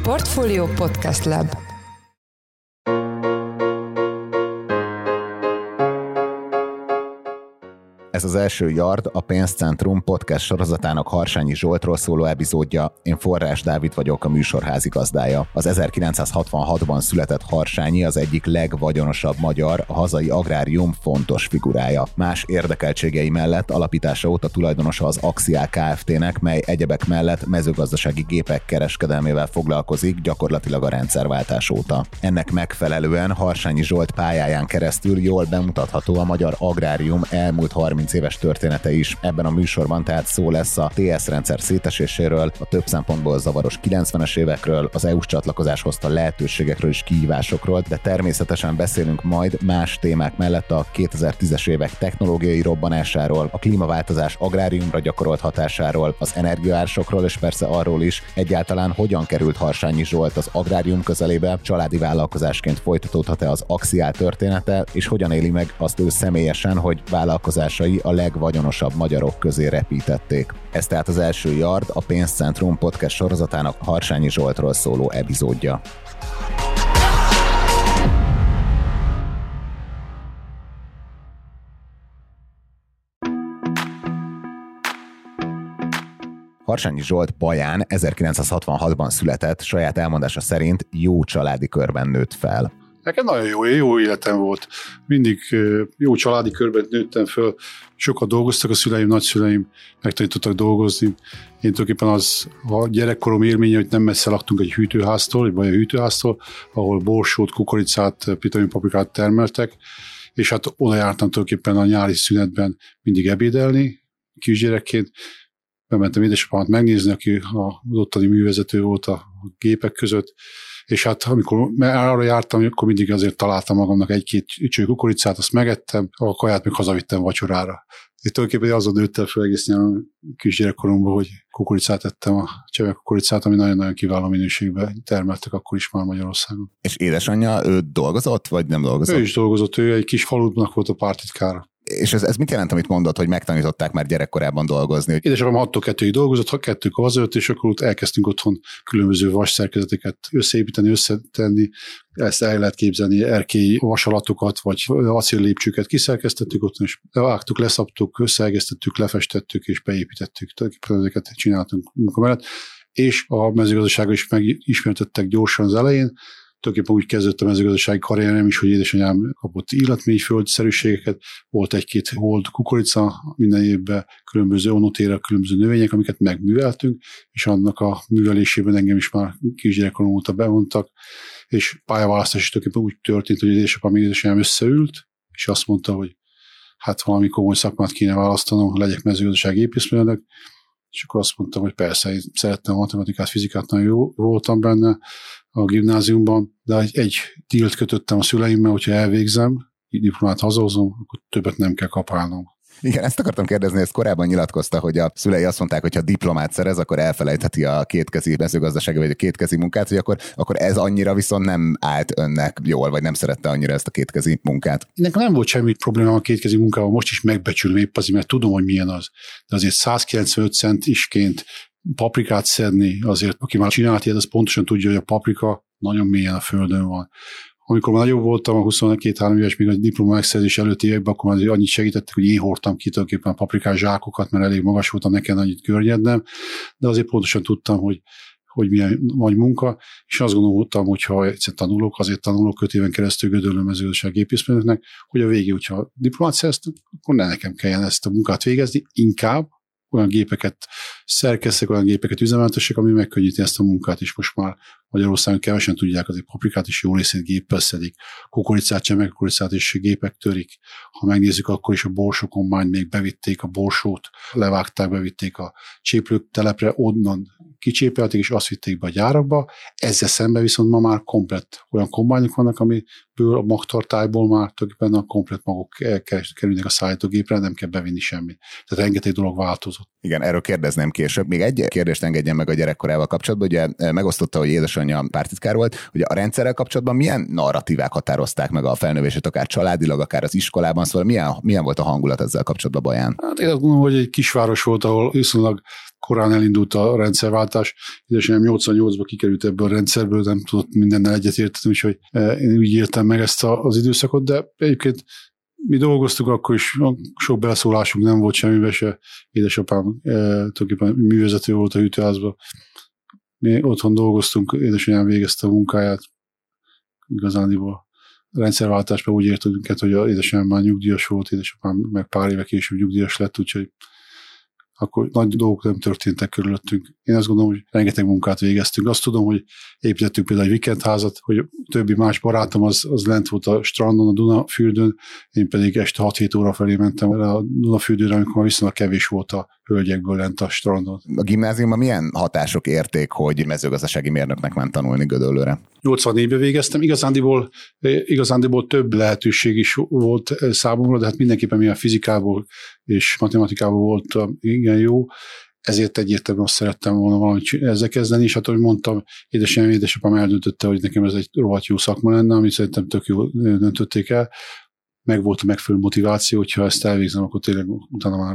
Portfolio Podcast Lab. Ez az első Yard, a Pénzcentrum podcast sorozatának Harsányi Zsoltról szóló epizódja. Én Forrás Dávid vagyok, a műsor házigazdája. Az 1966-ban született Harsányi az egyik legvagyonosabb magyar, a hazai agrárium fontos figurája. Más érdekeltségei mellett alapítása óta tulajdonosa az Axial Kft-nek, mely egyebek mellett mezőgazdasági gépek kereskedelmével foglalkozik gyakorlatilag a rendszerváltás óta. Ennek megfelelően Harsányi Zsolt pályáján keresztül jól bemutatható a magyar agrárium elmúlt 30 éves története is. Ebben a műsorban tehát szó lesz a TS rendszer széteséséről, a több szempontból zavaros 90-es évekről, az EU-s csatlakozás hozta lehetőségekről és kihívásokról, de természetesen beszélünk majd más témák mellett a 2010-es évek technológiai robbanásáról, a klímaváltozás agráriumra gyakorolt hatásáról, az energiaársokról és persze arról is, egyáltalán hogyan került Harsányi Zsolt az agrárium közelébe, családi vállalkozásként folytatódhat-e az Axial története, és hogyan éli meg azt ő személyesen, hogy vállalkozásai a legvagyonosabb magyarok közé repítették. Ez tehát az első Yard, a Pénzcentrum podcast sorozatának Harsányi Zsoltról szóló epizódja. Harsányi Zsolt Baján 1966-ban született, saját elmondása szerint jó családi körben nőtt fel. Nekem nagyon jó életem volt. Mindig jó családi körben nőttem föl. Sokat dolgoztak a szüleim, nagyszüleim, megtanítottak dolgozni. Én tulajdonképpen az a gyerekkorom élménye, hogy nem messze laktunk egy hűtőháztól, egy bajai hűtőháztól, ahol borsót, kukoricát, paprikát termeltek, és hát oda jártam tulajdonképpen a nyári szünetben mindig ebédelni, kisgyerekként. Bementem édesapámat megnézni, aki az ottani művezető volt a gépek között, és hát amikor arra jártam, akkor mindig azért találtam magamnak egy-két cső kukoricát, azt megettem, a kaját meg hazavittem vacsorára. Itt tulajdonképpen azon nőttem fel egész nyáron kisgyerekkoromban, hogy kukoricát ettem, a csevek kukoricát, ami nagyon-nagyon kiváló minőségben termeltek akkor is már Magyarországon. És édesanyja, ő dolgozott, vagy nem dolgozott? Ő is dolgozott, ő egy kis falunak volt a pártitkára. És ez mit jelent, amit mondod, hogy megtanították már gyerekkorában dolgozni? Édesapám 6-2-ig dolgozott, 2-kor hazajött, és akkor ott elkezdtünk otthon különböző vasszerkezeteket összeépíteni, összetenni. Ezt el lehet képzelni, erkélyi vasalatokat, vagy acéllépcsőket kiszerkesztettük otthon, és levágtuk, leszaptuk, összeegesztettük, lefestettük, és beépítettük. Ezeket csináltunk munka mellett. És a mezőgazdaságot is megismertettek gyorsan az elején. Tulajdonképpen úgy kezdett a mezőgazdasági karrierem is, hogy édesanyám kapott illatményföldszerűségeket, volt egy-két hold kukorica minden évben, különböző onotérek, különböző növények, amiket megműveltünk, és annak a művelésében engem is már kisgyerekkorom óta bevontak, és pályaválasztás is tulajdonképpen úgy történt, hogy édesanyám összeült, és azt mondta, hogy hát valami komoly szakmát kéne választanom, legyek mezőgazdasági épészmérnök, és akkor azt mondtam, hogy persze, én szerettem a matematikát, fizikát, nagyon jó voltam benne a gimnáziumban, de egy dílt kötöttem a szüleimmel, hogyha elvégzem, diplomát hazahozom, akkor többet nem kell kapálnom. Igen, ezt akartam kérdezni, ezt korábban nyilatkozta, hogy a szülei azt mondták, hogy ha diplomát szerez, akkor elfelejtheti a kétkezi mezőgazdasági vagy a kétkezi munkát, hogy akkor ez annyira viszont nem állt önnek jól, vagy nem szerette annyira ezt a kétkezi munkát. Nekem nem volt semmi probléma a kétkezi munkával, most is megbecsülöm épp azért, mert tudom, hogy milyen az. De azért 195 cent isként paprikát szedni, azért aki már csinált ilyet, az pontosan tudja, hogy a paprika nagyon mélyen a földön van. Amikor már nagyobb voltam, a 22-3 éves, még a diploma megszerzés előtti években, akkor már annyit segítettek, hogy én hordtam ki tulajdonképpen a paprikás zsákokat, mert elég magas voltam, nekem annyit környednem, de azért pontosan tudtam, hogy milyen nagy munka, és azt gondoltam, hogy ha egyszer tanulok, azért tanulok 5 éven keresztül gödöllő mezőgazdasági épészmérnöknek, hogy a végén, hogyha diplomát szereztem, akkor ne nekem kelljen ezt a munkát végezni, inkább olyan gépeket szerkesztek, olyan gépeket üzemeltessek, ami megkönnyíti ezt a munkát, és most már Magyarországon kevesen tudják, azért paprikát is jó részét géppel szedik, kukoricát, csemegkukoricát is gépek törik. Ha megnézzük, akkor is a borsókon már még bevitték a borsót, levágták, bevitték a cséplők telepre, onnan kicsépelték, és azt vitték be a gyárakba. Ezzel szemben viszont ma már komplett olyan kombányok vannak, amiből a magtartályból már tulajdonképpen a komplett magok kerülnek a szállítógépre, nem kell bevinni semmit. Tehát rengeteg dolog változott. Igen, erről kérdezném később. Még egy kérdést engedjen meg a gyerekkorával kapcsolatban. Ugye megosztotta, hogy édesanyja pártitkár volt. Ugye a rendszerrel kapcsolatban milyen narratívák határozták meg a felnövését, akár családilag, akár az iskolában, szóval milyen volt a hangulat ezzel kapcsolatban Baján? Hát én azt gondolom, hogy egy kisváros volt, ahol viszonylag korán elindult a rendszerváltás, édesanyám 88-ban kikerült ebből a rendszerből, nem tudott mindennel egyetérteni, úgyhogy én úgy éltem meg ezt az időszakot, de egyébként mi dolgoztuk, akkor is sok beleszólásunk nem volt semmibe se. Édesapám tulajdonképpen művezető volt a hűtőházban. Mi otthon dolgoztunk, édesanyám végezte a munkáját. Igazándiból a rendszerváltásban úgy értünk minket, hogy az édesanyám már nyugdíjas volt, édesapám meg pár éve később nyugdíjas lett, úgyhogy akkor nagy dolgok nem történtek körülöttünk. Én azt gondolom, hogy rengeteg munkát végeztünk. Azt tudom, hogy építettünk például egy vikendházat, hogy többi más barátom az lent volt a strandon, a Dunafürdőn, én pedig este 6-7 óra felé mentem el a Dunafürdőre, amikor viszonylag kevés volt a hölgyekből lent a strandon. A gimnáziumban milyen hatások érték, hogy mezőgazdasági mérnöknek ment tanulni Gödöllőre? 84-ben végeztem, igazándiból több lehetőség is volt számomra, de hát mindenképpen milyen fizikából és matematikából volt igen jó, ezért egyértelműen azt szerettem volna valamit ezzel kezdeni, és hát ahogy mondtam, édesapám eldöntötte, hogy nekem ez egy rohadt jó szakma lenne, amit szerintem tök jó döntötték el, meg volt a megfelelő motiváció, hogyha ezt elvégzem, akkor tényleg utána már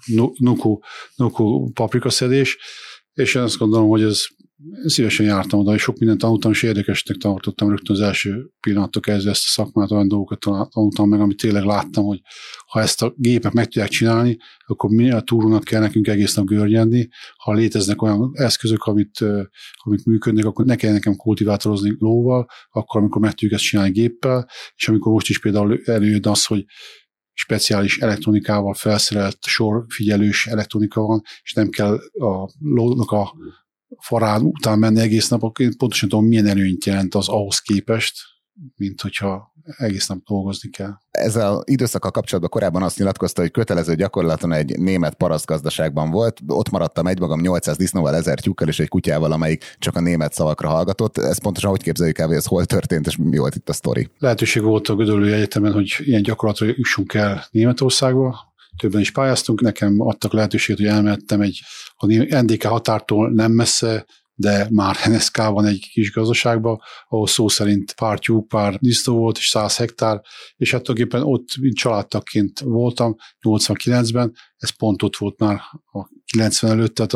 nukó paprikaszedés, és én azt gondolom, hogy ez szívesen jártam oda, és sok mindent tanultam, és érdekesnek tartottam rögtön az első pillanattól kezdve ezt a szakmát, olyan dolgokat tanultam meg, amit tényleg láttam, hogy ha ezt a gépek meg tudják csinálni, akkor minél túrónak kell nekünk egész nap görnyedni. Ha léteznek olyan eszközök, amik működnek, akkor ne kell nekem kultivátorozni lóval, akkor amikor meg tudjuk ezt csinálni géppel, és amikor most is például előjön az, hogy speciális elektronikával felszerelt sorfigyelős elektronika van, és nem kell a lónak a farán után menni egész nap, akkor én pontosan tudom, milyen előnyt jelent az ahhoz képest, mint hogyha egész nap dolgozni kell. Ezzel az időszakkal kapcsolatban korábban azt nyilatkozta, hogy kötelező gyakorlaton egy német parasztgazdaságban volt, ott maradtam egymagam 800 disznóval, 1000 tyúkkal és egy kutyával, amelyik csak a német szavakra hallgatott. Ez pontosan hogy képzeljük el, hogy ez hol történt, és mi volt itt a sztori? Lehetőség volt a Gödöllői Egyetemen, hogy ilyen gyakorlatra jussunk el Németországba. Többen is pályáztunk, nekem adtak lehetőséget, hogy elmehettem a NDK határtól nem messze, de már NSK-ban egy kis gazdaságban, ahol szó szerint pár tyúk, pár disznó volt, és 100 hektár, és hát tulajdonképpen ott családtagként voltam 89-ben, ez pont ott volt már a 90 előtt, tehát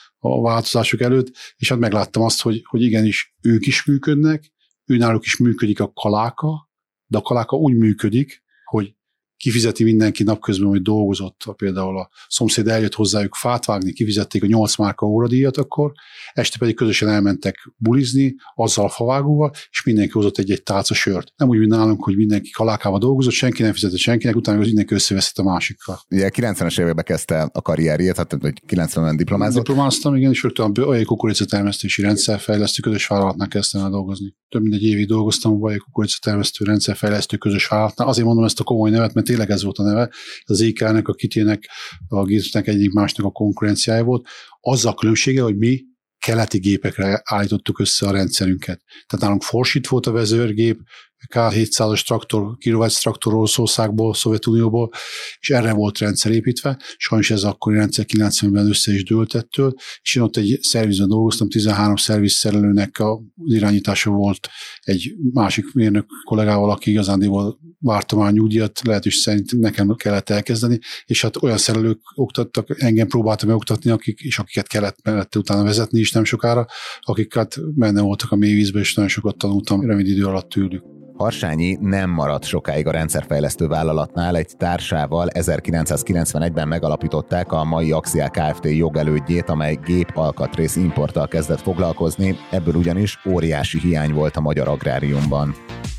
a változások előtt, és hát megláttam azt, hogy igenis ők is működnek, őnáluk is működik a kaláka, de a kaláka úgy működik, hogy kifizeti mindenki napközben, hogy dolgozott. Például a szomszéd eljött hozzájuk fát vágni, kifizették a 8 márka óradíjat akkor, este pedig közösen elmentek bulizni, azzal a favágóval, és mindenki hozott egy tálca sört. Nem úgy, mint nálunk, hogy mindenki kalákával dolgozott, senki nem fizetett senkinek, utána mindenki összeveszett a másikkal. Ugye 90-es években kezdte a karrierjét, hát 90-ben diplomázott. Diplomáztam, igen, és rögtön a Bajai kukoricatermesztési rendszerfejlesztő közös vállalatnál kezdtem el dolgozni. Több mint egy évig dolgoztam a Bajai kukoricatermesztő rendszerfejlesztő közös vállalatnál. Azért mondom ezt a komoly nevet, mert tényleg ez volt a neve. Az EK-nek, a Kitének, a Giznek egyik másnak a konkurenciája volt. Azzal a különbsége, hogy mi keleti gépekre állítottuk össze a rendszerünket. Tehát nálunk Forsit volt a vezérgép, K700-as traktor, Kilovács traktor Oroszországból, Szovjetunióból, és erre volt rendszer építve. Sajnos ez akkori rendszer 90-ben össze is dőlt ettől, és én ott egy szervizben dolgoztam, 13 szervizszerelőnek az irányítása volt egy másik mérnök kollégával, aki igazándiból várta már nyugdíjat, lehetős szerint nekem kellett elkezdeni, és hát olyan szerelők oktattak, engem próbáltam megoktatni, akiket kellett mellette utána vezetni is nem sokára, akik hát benne voltak a mélyvízbe, és nagyon sokat tanultam rövid idő alatt tőlük. Harsányi nem maradt sokáig a rendszerfejlesztő vállalatnál, egy társával 1991-ben megalapították a mai Axial Kft. Jogelődjét, amely gépalkatrész importtal kezdett foglalkozni, ebből ugyanis óriási hiány volt a magyar agráriumban.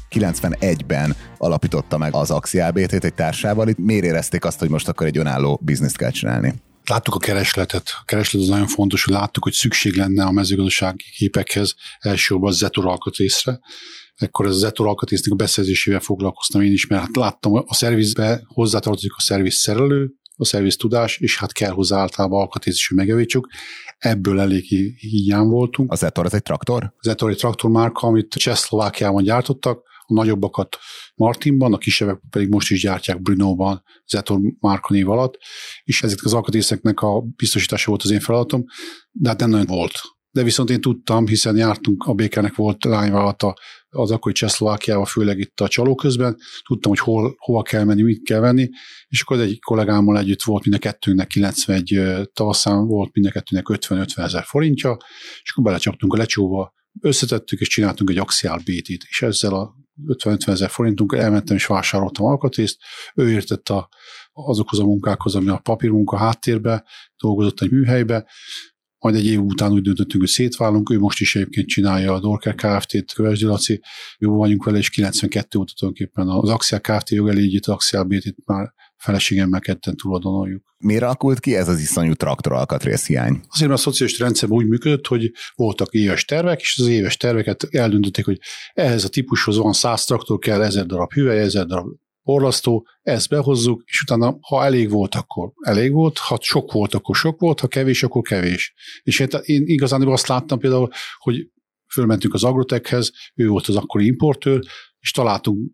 91-ben alapította meg az Axial BT-t egy társával, itt miért érezték azt, hogy most akkor egy önálló bizniszt kell csinálni? Láttuk a keresletet. A kereslet az nagyon fontos, hogy láttuk, hogy szükség lenne a mezőgazdasági gépekhez, elsősorban a Zetor alkatrészre. Ekkor ez a Zetor alkatrésznek a beszerzésével foglalkoztam én is, mert hát láttam, a szervizbe hozzátartozik a szerviz szerelő, a szerviz tudás, és hát kell hozzá általában alkatrész is, hogy megjavítsuk. Ebből elég hiány voltunk. A Zetor az egy traktor? A Zetor egy traktormárka, amit Csehszlovákiában gyártottak, a nagyobbakat Martinban, a kisebbek pedig most is gyártják Brunóban, Zetor márka név alatt, és ezek az alkatrészeknek a biztosítása volt az én feladatom, de hát nem nagyon volt. De viszont én tudtam, hiszen jártunk, a BK-nek volt lányvállalata az akkori Csehszlovákiával, főleg itt a csaló közben. Tudtam, hogy hova kell menni, mit kell venni, és akkor egy kollégámmal együtt volt mind a kettőnknek 91 tavaszán, volt mind a kettőnek 50-50 ezer forintja, és akkor belecsaptunk a lecsóba, összetettük, és csináltunk egy Axial BT-t, és ezzel a 50-50 ezer forintunkkal elmentem és vásároltam alkatrészt, ő értett azokhoz a munkákhoz, ami a papírmunka háttérbe, dolgozott egy műhelybe, majd egy év után úgy döntöttünk, hogy szétválunk, ő most is egyébként csinálja a Dorker Kft-t, Kövesdi Laci, jó vagyunk vele, és 92 óta tulajdonképpen az Axial Kft. Jogelégit, az Axial BT-t már feleségemmel ketten tulajdonoljuk. Miért alakult ki ez az iszonyú traktor alkatrészhiány? Azért, mert a szociális rendszerben úgy működött, hogy voltak éves tervek, és az éves terveket eldöntötték, hogy ehhez a típushoz van 100 traktor, kell 1000 darab hüvely, 1000 darab orlasztó, ezt behozzuk, és utána, ha elég volt, akkor elég volt, ha sok volt, akkor sok volt, ha kevés, akkor kevés. És én igazán azt láttam például, hogy fölmentünk az Agrotechhez, ő volt az akkori importőr, és találtunk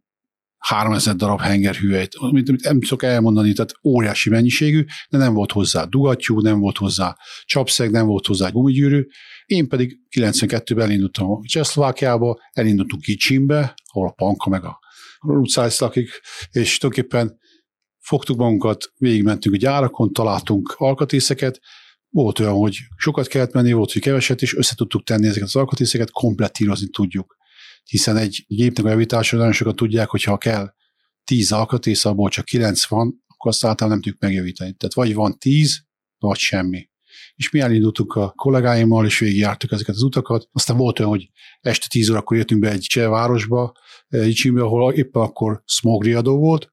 3000 darab hengerhüvelyt, amit nem tudok elmondani, tehát óriási mennyiségű, de nem volt hozzá dugattyú, nem volt hozzá csapszeg, nem volt hozzá gumigyűrű. Én pedig 92-ben elindultam a Csehszlovákiába, elindultunk Kicsimbe, ahol a Panka meg a Rucász lakik, és tulajdonképpen fogtuk magunkat, végigmentünk a gyárakon, találtunk alkatrészeket, volt olyan, hogy sokat kellett menni, volt, hogy keveset, és össze tudtuk tenni ezeket az alkatrészeket, komplettírozni tudjuk. Hiszen egy gépnek a javítása nagyon sokat tudják, hogy ha kell 10 alkatrész, abból csak 9 van, akkor azt általában nem tudjuk megjavítani. Tehát vagy van 10, vagy semmi. És mi elindultunk a kollégáimmal, és végigjártuk ezeket az utakat. Aztán volt olyan, hogy este 10 órakor jöttünk be egy cseh városba, Icsimbe, ahol éppen akkor smogriadó volt,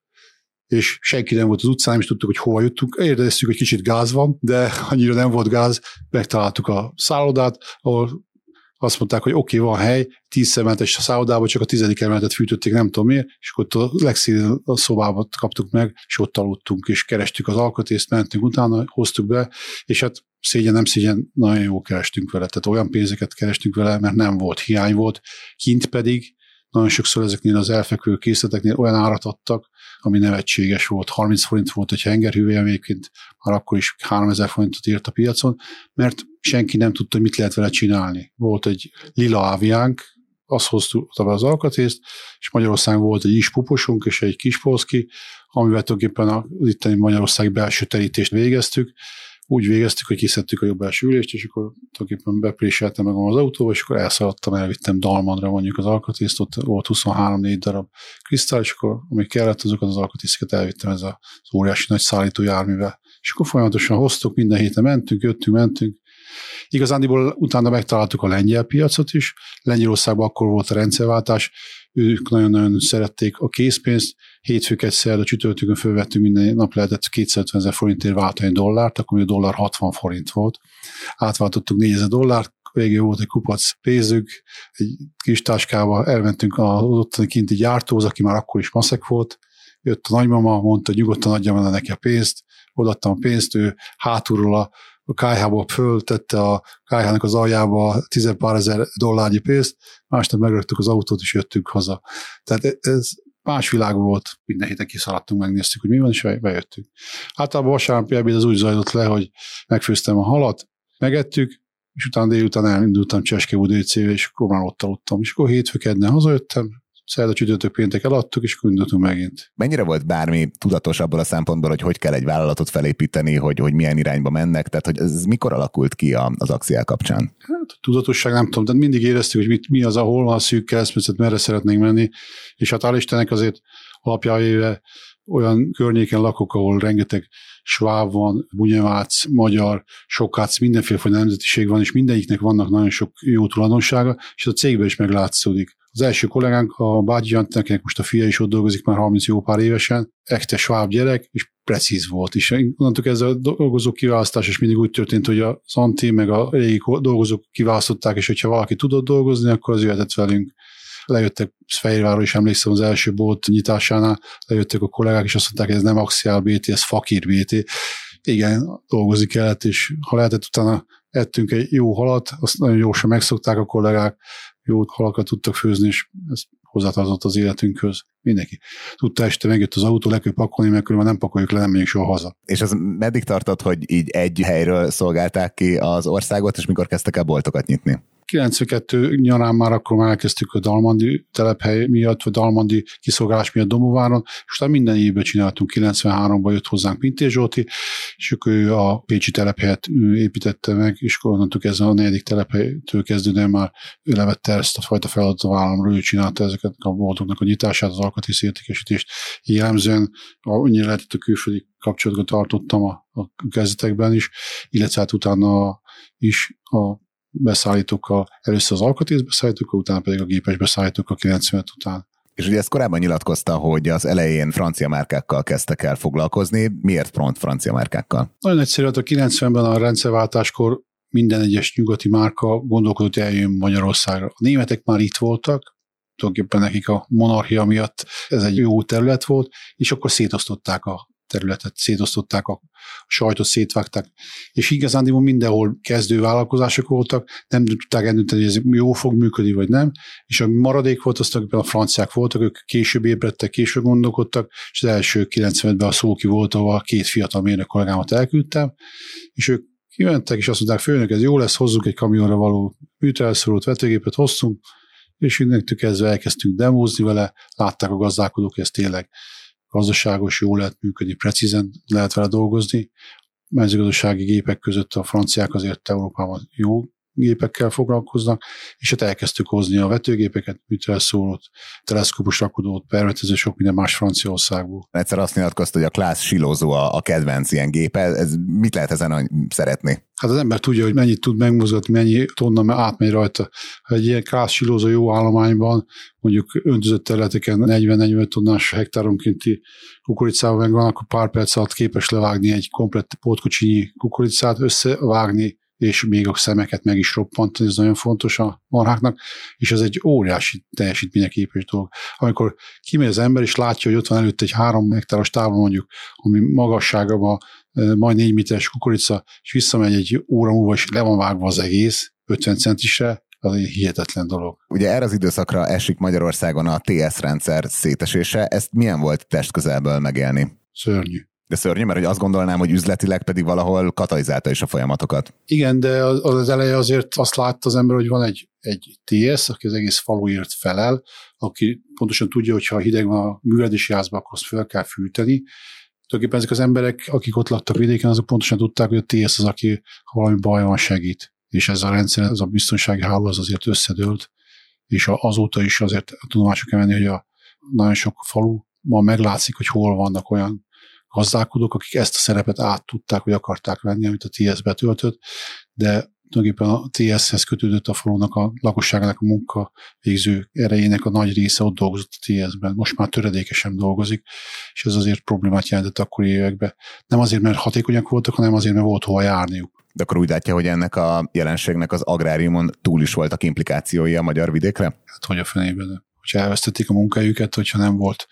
és senki nem volt az utcán, nem is tudtuk, hogy hova jöttünk. Érdeztük, hogy kicsit gáz van, de annyira nem volt gáz. Megtaláltuk a szállodát, ahol azt mondták, hogy oké, van hely, 10 emeletes a szállodába, csak a 10. emeletet fűtötték, nem tudom miért, és ott a legszínűbb szobába kaptuk meg, és ott aludtunk, és kerestük az alkatrészt, mentünk utána, hoztuk be, és hát szégyen, nem szégyen, nagyon jól kerestünk vele. Tehát olyan pénzeket kerestünk vele, mert nem volt, hiány volt. Kint pedig nagyon sokszor ezeknél az elfekvő készleteknél olyan árat adtak, ami nevetséges volt. 30 forint volt egy hengerhüvely, egyébként már akkor is 3000 forintot írt a piacon, mert senki nem tudta, hogy mit lehet vele csinálni. Volt egy lila áviánk, azt hoztuk be az alkatrészt, és Magyarországon volt egy ispuposunk és egy kispolszki, amivel tulajdonképpen az itteni magyarországi belső terítést végeztük. Úgy végeztük, hogy kiszedtük a jobb belső ülést, és akkor tulajdonképpen bepréseltem meg az autóba, és akkor elszaladtam, elvittem Dalmanra mondjuk az alkatrészt, ott volt 23-4 darab krisztály, és akkor amíg kellett, azokat az alkatrészeket elvittem ez az óriási nagy szállító járművel. És akkor folyamatosan hoztuk, minden héten mentünk. Igazándiból utána megtaláltuk a lengyel piacot is. Lengyelországban akkor volt a rendszerváltás, ők nagyon-nagyon szerették a készpénzt, hétfőket, szerda, csütörtökön fölvettünk, minden nap lehetett 250 000 forintért váltani dollárt, akkor a dollár 60 forint volt. Átváltottuk 4000 dollárt, végül volt egy kupac pénzük, egy kis táskába elmentünk az ottani kinti gyártóhoz, aki már akkor is maszek volt, jött a nagymama, mondta, hogy nyugodtan adjam el neki a pénzt, odaadtam a pénzt, ő hátulról a KH-ból föltette a KH-nak az aljába 10 pár ezer dollárnyi pénzt, másnap megrögtük az autót, és jöttünk haza. Tehát ez más világ volt, minden héten kiszaladtunk, megnéztük, hogy mi van, és bejöttünk. Általában vasárnap ebéd az úgy zajlott le, hogy megfőztem a halat, megettük, és utána délután elindultam Cseskevú DC-be, és akkor már ott aludtam. És akkor hétfő kedden hazajöttem, szerda, csütörtök, péntek eladtuk, és akkor indultunk megint. Mennyire volt bármi tudatos abból a szempontból, hogy kell egy vállalatot felépíteni, hogy milyen irányba mennek, tehát hogy ez mikor alakult ki az Axial kapcsán? Hát a tudatosság nem tudom, de mindig éreztük, hogy mi az, ahol van a szűk keresztmetszet, merre szeretnénk menni, és hát hál' Istennek azért alapjávéve olyan környéken lakok, ahol rengeteg sváb van, bunyevác, magyar, sokác, mindenféle nemzetiség van, és mindegyiknek vannak nagyon sok jó tulajdonsága, és a cégben is meglátszódik. Az első kollégánk, a Bágyi Jantinek most a fia is ott dolgozik már 30 jó pár évesen, ekte sváb gyerek, és precíz volt. És onnantól ez a dolgozók kiválasztás is mindig úgy történt, hogy az Anti meg a régi dolgozók kiválasztották, és hogyha valaki tudott dolgozni, akkor az jöhetett velünk. Lejöttek Fehérvárról is, emlékszem az első bolt nyitásánál, lejöttek a kollégák, és azt mondták, hogy ez nem Axial BT, ez Fakir BT. Igen, dolgozni kellett, és ha lehetett, utána ettünk egy jó halat, azt nagyon gyorsan megszokták a kollégák, jó halakat tudtak főzni, és ez hozzátartozott az életünkhöz. Mindenki. Tudta, este megjött az autó, le kell pakolni, mert különben nem pakoljuk le, nem megyünk soha haza. És az meddig tartott, hogy így egy helyről szolgálták ki az országot, és mikor kezdtek el boltokat nyitni? 92 nyarán már akkor már elkezdtük a Dalmandi telephely miatt, vagy Dalmandi kiszolgálás miatt Domováron, és utána minden évben csináltunk. 93-ban jött hozzánk Pintér Zsolti, és akkor ő a pécsi telephelyet építette meg, és onnantól kezdve a 4. telephelytől kezdődően már ő levette ezt a fajta feladatot a vállalomról, ő csinálta ezeket a boltoknak a nyitását, az alkatrész értékesítést. Jellemzően annyira lehetett a külföldi kapcsolatokat tartottam a kezdetekben is, illetve hát utána is a beszállítókkal, először az alkatrészbeszállítókkal, utána pedig a gépes beszállítókkal 95 után. És ugye ezt korábban nyilatkozta, hogy az elején francia márkákkal kezdtek el foglalkozni. Miért pont francia márkákkal? Nagyon egyszerű, hogy a 90-ben a rendszerváltáskor minden egyes nyugati márka gondolkodott, hogy eljön Magyarországra. A németek már itt voltak, tulajdonképpen nekik a monarchia miatt ez egy jó terület volt, és akkor szétosztották a területet, szétosztották a sajtot, szétvágták, és igazán mindenhol kezdő vállalkozások voltak, nem tudták eldönteni, hogy ez jó fog működni, vagy nem, és a maradék volt, azt a franciák voltak, ők később ébredtek, később gondolkodtak, és az első 95-ben a Szóki volt, ahol 2 fiatal mérnök kollégámat elküldtem, és ők kimentek, és azt mondták, főnök, ez jó lesz, hozzuk egy kamionra való műtelszorult vetőgépet, hoztunk, és innentől kezdve elkezdtünk demózni vele, látták a gazdálkodók, hogy ez tényleg gazdaságos, jól lehet működni, precízen lehet vele dolgozni. Mezőgazdasági gépek között a franciák azért Európában jó gépekkel foglalkoznak, és hát elkezdtük hozni a vetőgépeket, műtelszórót, teleszkópos rakodót, permetező, sok minden más Franciaországból. Egyszer azt nyilatkozta, hogy a Claas silózó a kedvenc ilyen gépe. Ez mit lehet ezen szeretni? Hát az ember tudja, hogy mennyit tud megmozgatni, mennyi tonna átmegy rajta. Ha egy ilyen Claas silózó jó állományban, mondjuk öntözött területeken 40-45 tonnás hektáronkénti kukoricával megvan, akkor pár perc alatt képes levágni egy komplett pótkocsinyi kukoricát, összevágni, és még a szemeket meg is roppant, ez nagyon fontos a marháknak, és ez egy óriási teljesítményre képes dolog. Amikor kimegy az ember, és látja, hogy ott van előtt egy 3 hektáros távol mondjuk, ami magasságában majd 4 méteres kukorica, és visszamegy egy óra múlva, és le van vágva az egész, 50 centisre, az egy hihetetlen dolog. Ugye erre az időszakra esik Magyarországon a TS rendszer szétesése, ezt milyen volt testközelből megélni? Szörnyű. De szörnyű, mert hogy azt gondolnám, hogy üzletileg pedig valahol katalizálta is a folyamatokat. Igen, de az eleje azért azt látta az ember, hogy van egy TS, aki az egész faluért felel, aki pontosan tudja, hogy ha hideg van a művelési házban, akkor azt fel kell fűteni. Tulajdonképpen ezek az emberek, akik ott laktak vidéken, azok pontosan tudták, hogy a TS az, aki ha valami baj van, segít. És ez a rendszer, ez a biztonsági háló az azért összedőlt, és azóta is azért tudomásra kell menni, hogy nagyon sok faluban meglátszik, hogy hol vannak olyan gazdálkodók, akik ezt a szerepet át tudták, hogy akarták venni, amit a TS betöltött, de tulajdonképpen a TS-hez kötődött a falunak, a lakosságának a munka végző erejének a nagy része ott dolgozott a TS-ben. Most már töredékesen dolgozik, és ez azért problémát jelentett akkori években. Nem azért, mert hatékonyak voltak, hanem azért, mert volt hova járniuk. De akkor úgy látja, hogy ennek a jelenségnek az agráriumon túl is voltak implikációi a magyar vidékre? Hát hogy a fenében? Hogyha elvesztették a munkájukat, hogyha nem volt.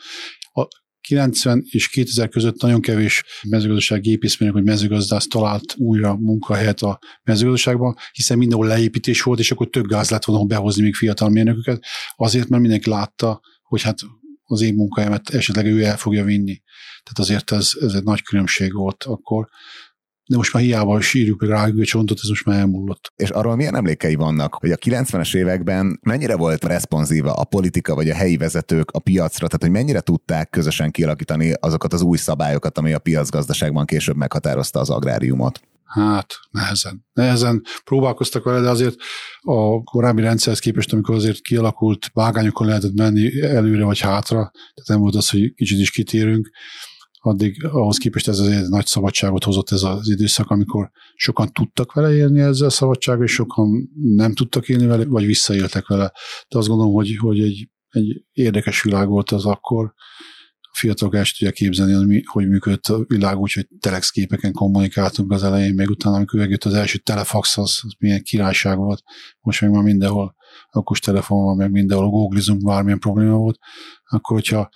90 és 2000 között nagyon kevés mezőgazdaság gépészmérnök, hogy mezőgazdász talált újra munkahelyet a mezőgazdaságban, hiszen mindenhol leépítés volt, és akkor több gáz lett volna behozni még fiatal mérnököket, azért, mert mindenki látta, hogy hát az én munkahelyemet esetleg ő el fogja vinni. Tehát azért ez egy nagy különbség volt akkor. De most már hiába sírjuk meg rájuk a csontot, ez most már elmúlott. És arról milyen emlékei vannak, hogy a 90-es években mennyire volt responsíva a politika vagy a helyi vezetők a piacra, tehát hogy mennyire tudták közösen kialakítani azokat az új szabályokat, ami a piacgazdaságban később meghatározta az agráriumot? Hát nehezen próbálkoztak vele, de azért a korábbi rendszerhez képest, amikor azért kialakult, vágányokon lehetett menni előre vagy hátra, tehát nem volt az, hogy kicsit is kitérünk, addig ahhoz képest ez azért nagy szabadságot hozott ez az időszak, amikor sokan tudtak vele élni ezzel a szabadsággal, és sokan nem tudtak élni vele, vagy visszaéltek vele. De azt gondolom, hogy egy érdekes világ volt az akkor. A fiatalok el sem tudják képzelni, hogy működött a világ úgy, hogy telex képeken kommunikáltunk az elején, meg utána, amikor megjött az első telefax, az milyen királyság volt. Most meg már mindenhol okos telefon van, meg mindenhol googlizunk, bármilyen probléma volt. Akkor, hogyha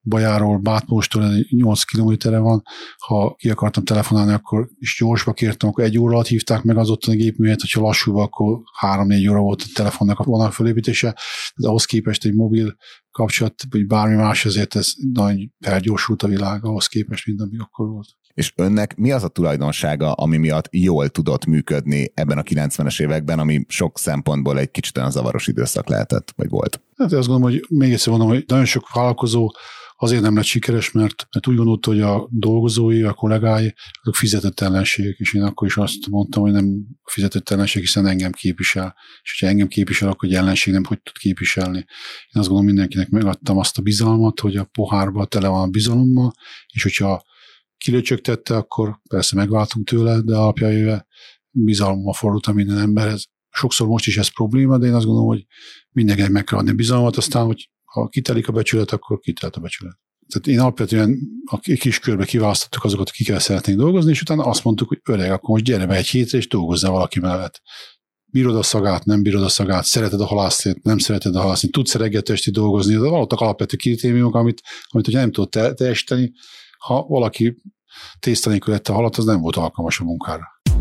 Bajáról, Bátmóstól 8 kilométerre van, ha ki akartam telefonálni, akkor is gyorsba kértem, akkor 1 óra alatt hívták meg az ottani gépművet, hogyha lassúba, akkor 3-4 óra volt a telefonnak a vonal fölépítése, de ahhoz képest egy mobil kapcsolat, vagy bármi más, azért ez nagyon felgyorsult a világ ahhoz képest, mint ami akkor volt. És önnek mi az a tulajdonsága, ami miatt jól tudott működni ebben a 90-es években, ami sok szempontból egy kicsit olyan zavaros időszak lehetett, vagy volt? Hát azt gondolom, hogy még egyszer mondom, hogy nagyon sok vállalkozó azért nem lett sikeres, mert úgy gondolta, hogy a dolgozói, a kollégái, azok fizetett ellenségek, és én akkor is azt mondtam, hogy nem fizetett ellenség, hiszen engem képvisel. És hogyha engem képvisel, akkor egy ellenség nem hogy tud képviselni. Én azt gondolom, mindenkinek megadtam azt a bizalmat, hogy a pohárban tele van a bizalommal, és hogyha kilöcsögtette, akkor persze megváltunk tőle, de alapjaival bizalommal fordultam minden emberhez. Sokszor most is ez probléma, de én azt gondolom, hogy mindenkinek meg kell adni bizalmat, aztán, hogy ha kitelik a becsület, akkor kitelt a becsület. Tehát én alapvetően a kis körbe kiválasztottuk azokat, akikkel szeretnénk dolgozni, és utána azt mondtuk, hogy öreg, akkor most gyere be egy hétre, és dolgozzál valaki mellett. Bírod a szagát, nem bírod a szagát, szereted a halásznét, nem szereted a halásznét, tudsz reggelt esti dolgozni, de valótak alapvető kritériumok, amit hogyha nem tudod teljesíteni, ha valaki tészta nélkül ette a halat, az nem volt alkalmas a munkára.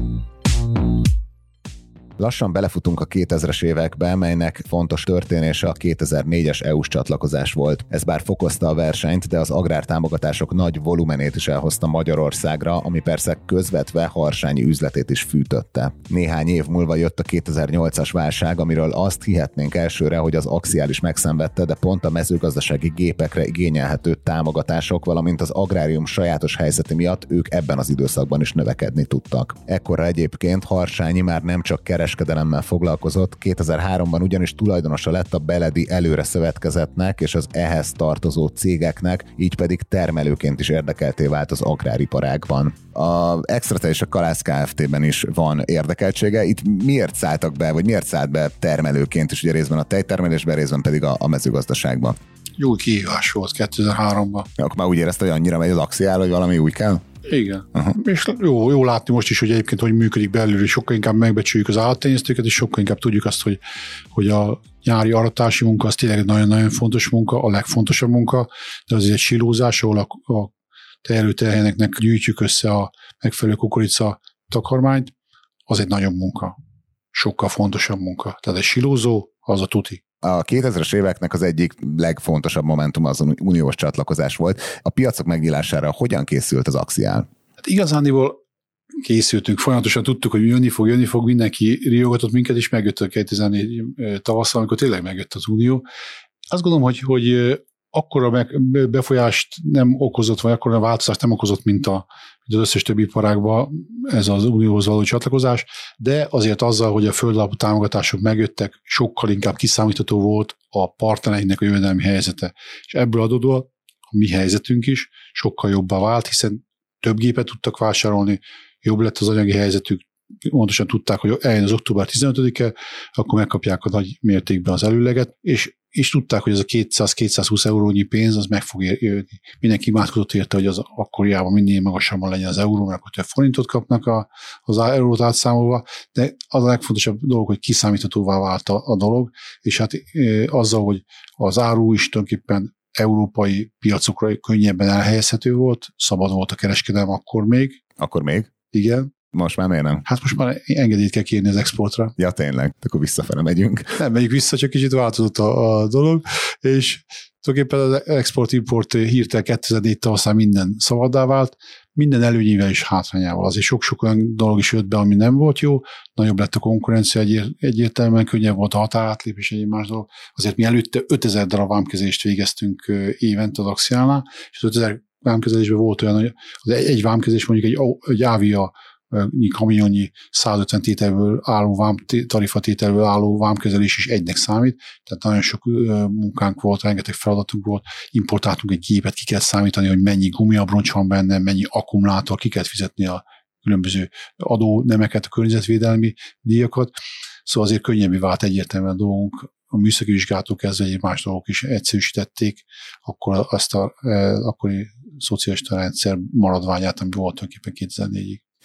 Lassan belefutunk a 2000-es évekbe, melynek fontos történése a 2004-es EU-s csatlakozás volt. Ez bár fokozta a versenyt, de az agrártámogatások nagy volumenét is elhozta Magyarországra, ami persze közvetve Harsányi üzletét is fűtötte. Néhány év múlva jött a 2008-as válság, amiről azt hihetnénk elsőre, hogy az Axiális megszenvedte, de pont a mezőgazdasági gépekre igényelhető támogatások, valamint az agrárium sajátos helyzete miatt ők ebben az időszakban is növekedni tudtak. Ekkora egyébként Harsányi már nem csak kereskedelemmel foglalkozott, 2003-ban ugyanis tulajdonosa lett a Beledi Előre Szövetkezetnek és az ehhez tartozó cégeknek, így pedig termelőként is érdekelté vált az agráriparágban. A Extrate és a Kalász Kft-ben is van érdekeltsége. Itt miért szálltak be, vagy miért szállt be termelőként is, ugye részben a tejtermelésben, részben pedig a mezőgazdaságban? Jó kihívás volt 2003-ban. Akkor már úgy érezte, hogy annyira megy az Axiál, hogy valami új kell? Igen. És jó látni most is, hogy egyébként hogy működik belül, és sokkal inkább megbecsüljük az állattenyésztőket, és sokkal inkább tudjuk azt, hogy a nyári aratási munka az tényleg nagyon-nagyon fontos munka, a legfontosabb munka, de az egy silózás, ahol a terülőterhelyeneknek gyűjtjük össze a megfelelő kukorica takarmányt, az egy nagyon munka. Sokkal fontosabb munka. Tehát egy silózó, az a tuti. A 2000-es éveknek az egyik legfontosabb momentum az uniós csatlakozás volt. A piacok megnyílására hogyan készült az Axiál? Hát igazániból készültünk, folyamatosan tudtuk, hogy jönni fog, mindenki riogatott minket, és megjött a 2004 tavasszal, amikor tényleg megjött az unió. Azt gondolom, hogy akkora befolyást nem okozott, vagy akkora változást nem okozott, mint az összes többi iparágban ez az unióhoz való csatlakozás, de azért azzal, hogy a földalapú támogatások megjöttek, sokkal inkább kiszámítható volt a partnereinknek a jövedelmi helyzete. És ebből adódóan a mi helyzetünk is sokkal jobbá vált, hiszen több gépet tudtak vásárolni, jobb lett az anyagi helyzetük, pontosan tudták, hogy eljön az október 15-e, akkor megkapják a nagy mértékben az előleget, és tudták, hogy ez a 200-220 eurónyi pénz, az meg fog jönni. Mindenki imádkozott érte, hogy az akkoriában minél magasabban legyen az euró, mert akkor több forintot kapnak az eurót átszámolva, de az a legfontosabb dolog, hogy kiszámíthatóvá vált a dolog, és hát azzal, hogy az áru is tulajdonképpen európai piacokra könnyebben elhelyezhető volt, szabad volt a kereskedelem akkor még. Akkor még? Igen. Most már miért nem? Hát most már engedélyt kell kérni az exportra. Ja, tényleg, akkor visszafele megyünk. Nem megyünk vissza, csak kicsit változott a dolog, és tulajdonképpen az export-import hirtelen 2004 tavaszán minden szabaddá vált, minden előnyével és hátrányával. Azért sok-sok olyan dolog is jött be, ami nem volt jó, nagyobb lett a konkurencia, egyértelműen könnyebb volt a határátlépés, egy más dolog. Azért mi előtte 5000 darab vámkezést végeztünk évente az Axiálnál, és az 5000 vámkezelésben volt olyan, hogy egy vámkezés mondjuk egy Ávia kamionnyi 150 tételből álló tarifatételből álló vámkezelés is egynek számít, tehát nagyon sok munkánk volt, rengeteg feladatunk volt, importáltunk egy gépet, ki kell számítani, hogy mennyi gumiabroncs van benne, mennyi akkumulátor, ki kell fizetni a különböző adónemeket, a környezetvédelmi díjakat, szóval azért könnyebbé vált egyértelműen a dolgunk, a műszaki vizsgálatok kezdve egy más dolgok is egyszerűsítették, akkor azt akkori szocialista rendszer maradványát, ami volt tulajdonképpen 2004-ig.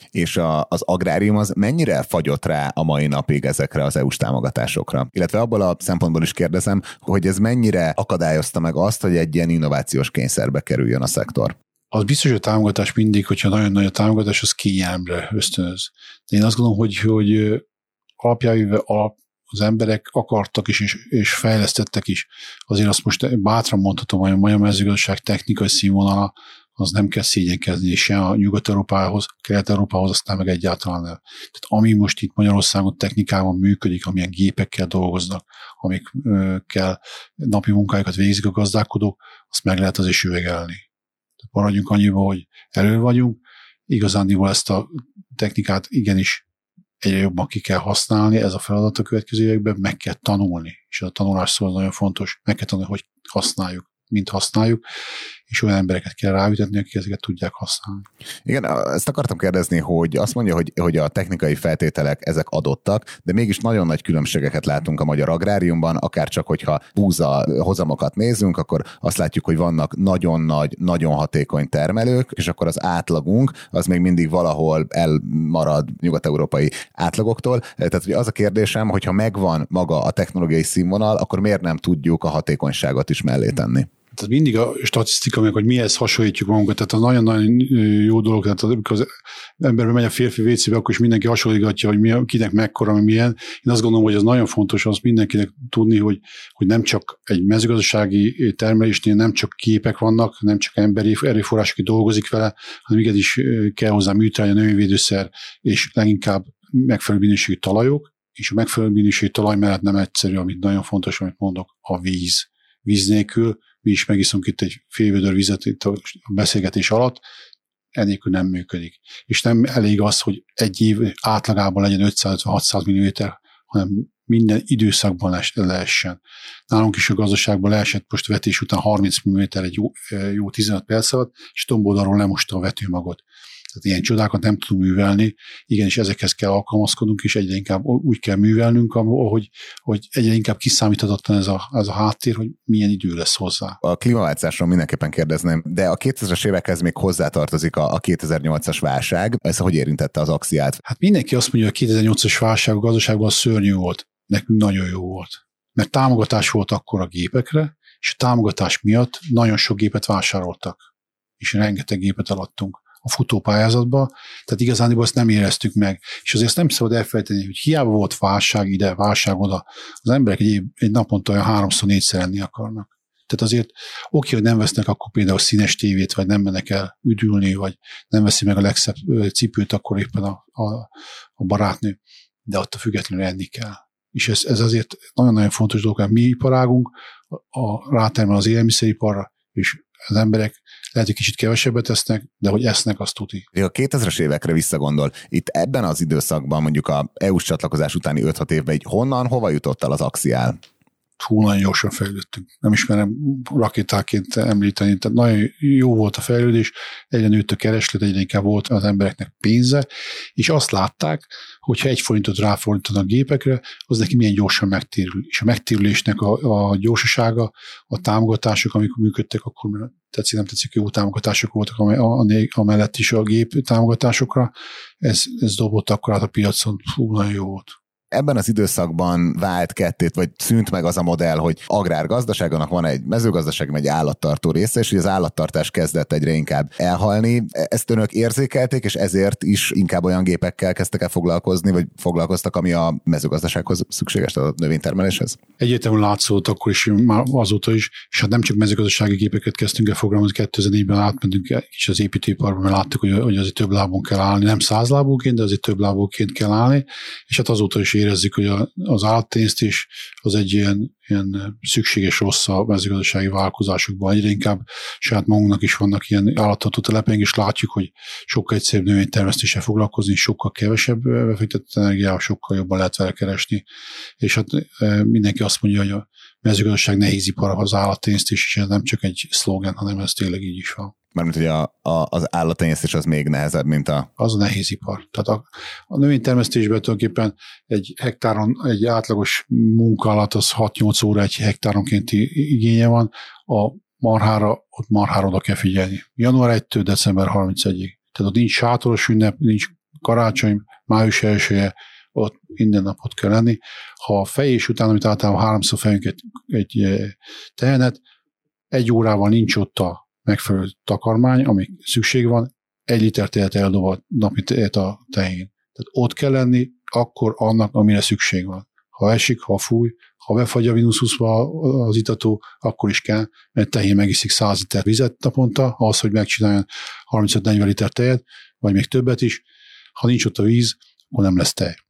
És az agrárium az mennyire fagyott rá a mai napig ezekre az EU-s támogatásokra? Illetve abból a szempontból is kérdezem, hogy ez mennyire akadályozta meg azt, hogy egy ilyen innovációs kényszerbe kerüljön a szektor? Az biztos, hogy a támogatás mindig, hogyha nagyon nagy a támogatás, az kényelemre ösztönöz. De én azt gondolom, hogy alapjáival az emberek akartak is, és fejlesztettek is. Azért azt most bátran mondhatom, hogy a magyar mezőgazdaság technikai színvonala az nem kell szégyenkezni, se a Nyugat-Európához, Kelet-Európához, aztán meg egyáltalán nem. Tehát ami most itt Magyarországon technikában működik, amilyen gépekkel dolgoznak, amikkel napi munkájukat végzik a gazdálkodók, azt meg lehet azért üvegelni. Tehát maradjunk annyiba, hogy elő vagyunk, igazándiból ezt a technikát igenis egyre jobban ki kell használni, ez a feladat a következő években, meg kell tanulni, és a tanulás szó az nagyon fontos, meg kell tanulni, hogy használjuk, mint használjuk, és olyan embereket kell ráütetni, akik ezeket tudják használni. Igen, ezt akartam kérdezni, hogy azt mondja, hogy a technikai feltételek ezek adottak, de mégis nagyon nagy különbségeket látunk a magyar agráriumban, akár csak, hogyha búza hozamokat nézzünk, akkor azt látjuk, hogy vannak nagyon nagy, nagyon hatékony termelők, és akkor az átlagunk az még mindig valahol elmarad nyugat-európai átlagoktól. Tehát az a kérdésem, hogyha megvan maga a technológiai színvonal, akkor miért nem tudjuk a hatékonyságot is mellé tenni? Tehát mindig a statisztika meg, hogy mihez hasonlítjuk magunkat, tehát a nagyon-nagyon jó dolog, tehát amikor az emberben megy a férfi WC-be, akkor is mindenki hasonlítgatja, hogy kinek mekkora, milyen. Én azt gondolom, hogy ez nagyon fontos, az mindenkinek tudni, hogy nem csak egy mezőgazdasági termelésnél nem csak képek vannak, nem csak emberi erőforrás, aki dolgozik vele, hanem igenis kell hozzá műtrágya, növényvédőszer, és leginkább megfelelő minőségű talajok, és a megfelelő minőségű talaj mellett nem egyszerű, amit nagyon fontos, amit mondok, a víz. Víz nélkül mi is megiszunk itt egy fél vödör vizet itt a beszélgetés alatt, ennélkül nem működik. És nem elég az, hogy egy év átlagában legyen 500-600 mm, hanem minden időszakban lehessen. Nálunk is a gazdaságban leesett most vetés után 30 mm egy jó 15 perc alatt, és tomboldalról lemosta a vetőmagot. Tehát ilyen csodákat nem tudunk művelni, igenis ezekhez kell alkalmazkodnunk, és egyre inkább úgy kell művelnünk, hogy egyre inkább kiszámíthatatlan ez a háttér, hogy milyen idő lesz hozzá. A klímaváltozásról mindenképpen kérdezném, de a 2000-es évekhez még hozzátartozik a 2008-as válság. Ez hogy érintette az Axialt? Hát mindenki azt mondja, hogy a 2008-as válság a gazdaságban szörnyű volt. Nekünk nagyon jó volt. Mert támogatás volt akkor a gépekre, és a támogatás miatt nagyon sok gépet vásároltak, és rengeteg gépet eladtunk a futópályázatba, tehát igazániból ezt nem éreztük meg. És azért nem szabad elfelejteni, hogy hiába volt válság ide, válság oda, az emberek egy naponta olyan 3-4-szer enni akarnak. Tehát azért oké, hogy nem vesznek akkor például színes tévét, vagy nem mennek el üdülni, vagy nem veszi meg a legszebb cipőt akkor éppen a barátnő, de attól függetlenül enni kell. És ez azért nagyon-nagyon fontos dolog, hogy mi iparágunk rátermel az élelmiszeriparra, és az emberek lehet, hogy kicsit kevesebbet esznek, de hogy esznek, azt tuti. A 2000-es évekre visszagondol, itt ebben az időszakban, mondjuk a EU-s csatlakozás utáni 5-6 évben, így hol jutott el az Axial? Nagyon gyorsan fejlődtünk. Nem ismerem rakétáként említeni, tehát nagyon jó volt a fejlődés, egyre nőtt a kereslet, egyre inkább volt az embereknek pénze, és azt látták, hogyha 1 forintot ráfordítanak gépekre, az neki milyen gyorsan megtérül. És a megtérülésnek a gyorsasága, a támogatások, amikor működtek, akkor tetszik, nem tetszik, jó támogatások voltak amellett is a gép támogatásokra, ez dobott akkor át a piacon, nagyon jó volt. Ebben az időszakban vált kettét, vagy szűnt meg az a modell, hogy agrárgazdaságnak van egy mezőgazdaság, egy állattartó része, és hogy az állattartás kezdett egyre inkább elhalni. Ezt önök érzékelték, és ezért is inkább olyan gépekkel kezdtek el foglalkozni, vagy foglalkoztak, ami a mezőgazdasághoz szükséges, a növénytermeléshez? Egyértelműen látszott akkor is, már azóta is, és hát nem csak mezőgazdasági gépeket kezdtünk el foglalkozni, 2004-ben átmentünk is az építőiparba, mert láttuk, hogy azért több lábon kell állni, nem 100 lábúként, de azért több lábúként kell állni, és hát azóta is érezzük, hogy az állattenyésztés az egy ilyen szükséges rossz a mezőgazdasági vállalkozásokban. Egyre inkább saját magunknak is vannak ilyen állattartó telepeink, és látjuk, hogy sokkal egyszerűbb növénytermesztéssel foglalkozni, sokkal kevesebb befektetett energiával, sokkal jobban lehet vele keresni. És hát mindenki azt mondja, hogy a mezőgazdaság nehéz ipar az állattenyésztés, és ez nem csak egy szlógen, hanem ez tényleg így is van. Mármint, hogy az állattenyésztés az még nehezebb, mint az a nehéz ipar. Tehát a növénytermesztésben tulajdonképpen egy hektáron, egy átlagos munka alatt az 6-8 óra egy hektáronkénti igénye van. A marhára oda kell figyelni. Január 1-től december 31-ig. Tehát ott nincs sátoros ünnep, nincs karácsony, május 1-e, ott minden napot kell lenni. Ha a fejés után, amit általában 3-szor fejünk egy tehenet, 1 órával nincs ott a megfelelő takarmány, ami szükség van, 1 liter tejet eldob a napi tejet a tehén. Tehát ott kell lenni akkor annak, amire szükség van. Ha esik, ha fúj, ha befagy a -20-ba az itató, akkor is kell, mert tehén megiszik 100 liter vizet naponta, ahhoz, hogy megcsináljon 35-40 liter tejet, vagy még többet is. Ha nincs ott a víz, akkor nem lesz tej.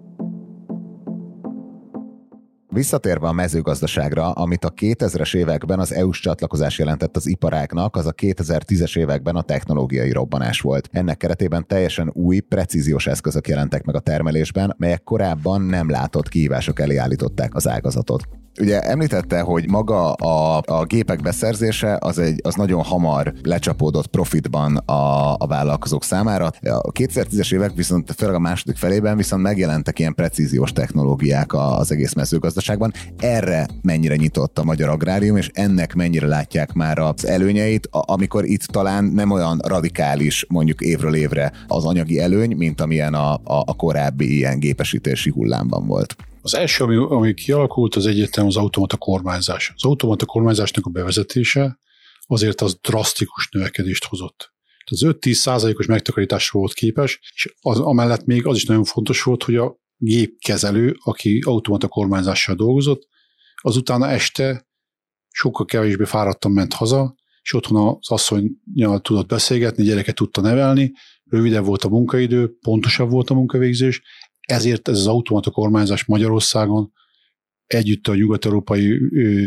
Visszatérve a mezőgazdaságra, amit a 2000-es években az EU-s csatlakozás jelentett az iparágnak, az a 2010-es években a technológiai robbanás volt. Ennek keretében teljesen új, precíziós eszközök jelentek meg a termelésben, melyek korábban nem látott kihívások elé állították az ágazatot. Ugye említette, hogy maga a gépek beszerzése az nagyon hamar lecsapódott profitban a vállalkozók számára. A 2010-es évek viszont, főleg a második felében viszont megjelentek ilyen precíziós technológiák az egész mezőgazdaságban. Erre mennyire nyitott a magyar agrárium, és ennek mennyire látják már az előnyeit, amikor itt talán nem olyan radikális, mondjuk évről évre az anyagi előny, mint amilyen a korábbi ilyen gépesítési hullámban volt. Az első, ami kialakult, az egyértelműen az automata kormányzás. Az automata kormányzásnak a bevezetése azért az drasztikus növekedést hozott. Az 5-10%-os megtakarításra volt képes, és amellett még az is nagyon fontos volt, hogy a gépkezelő, aki automata kormányzással dolgozott, azután este sokkal kevésbé fáradtan ment haza, és otthon az asszonnyal tudott beszélgetni, gyereket tudta nevelni, rövidebb volt a munkaidő, pontosabb volt a munkavégzés, ezért ez az automata kormányzás Magyarországon együtt a nyugat-európai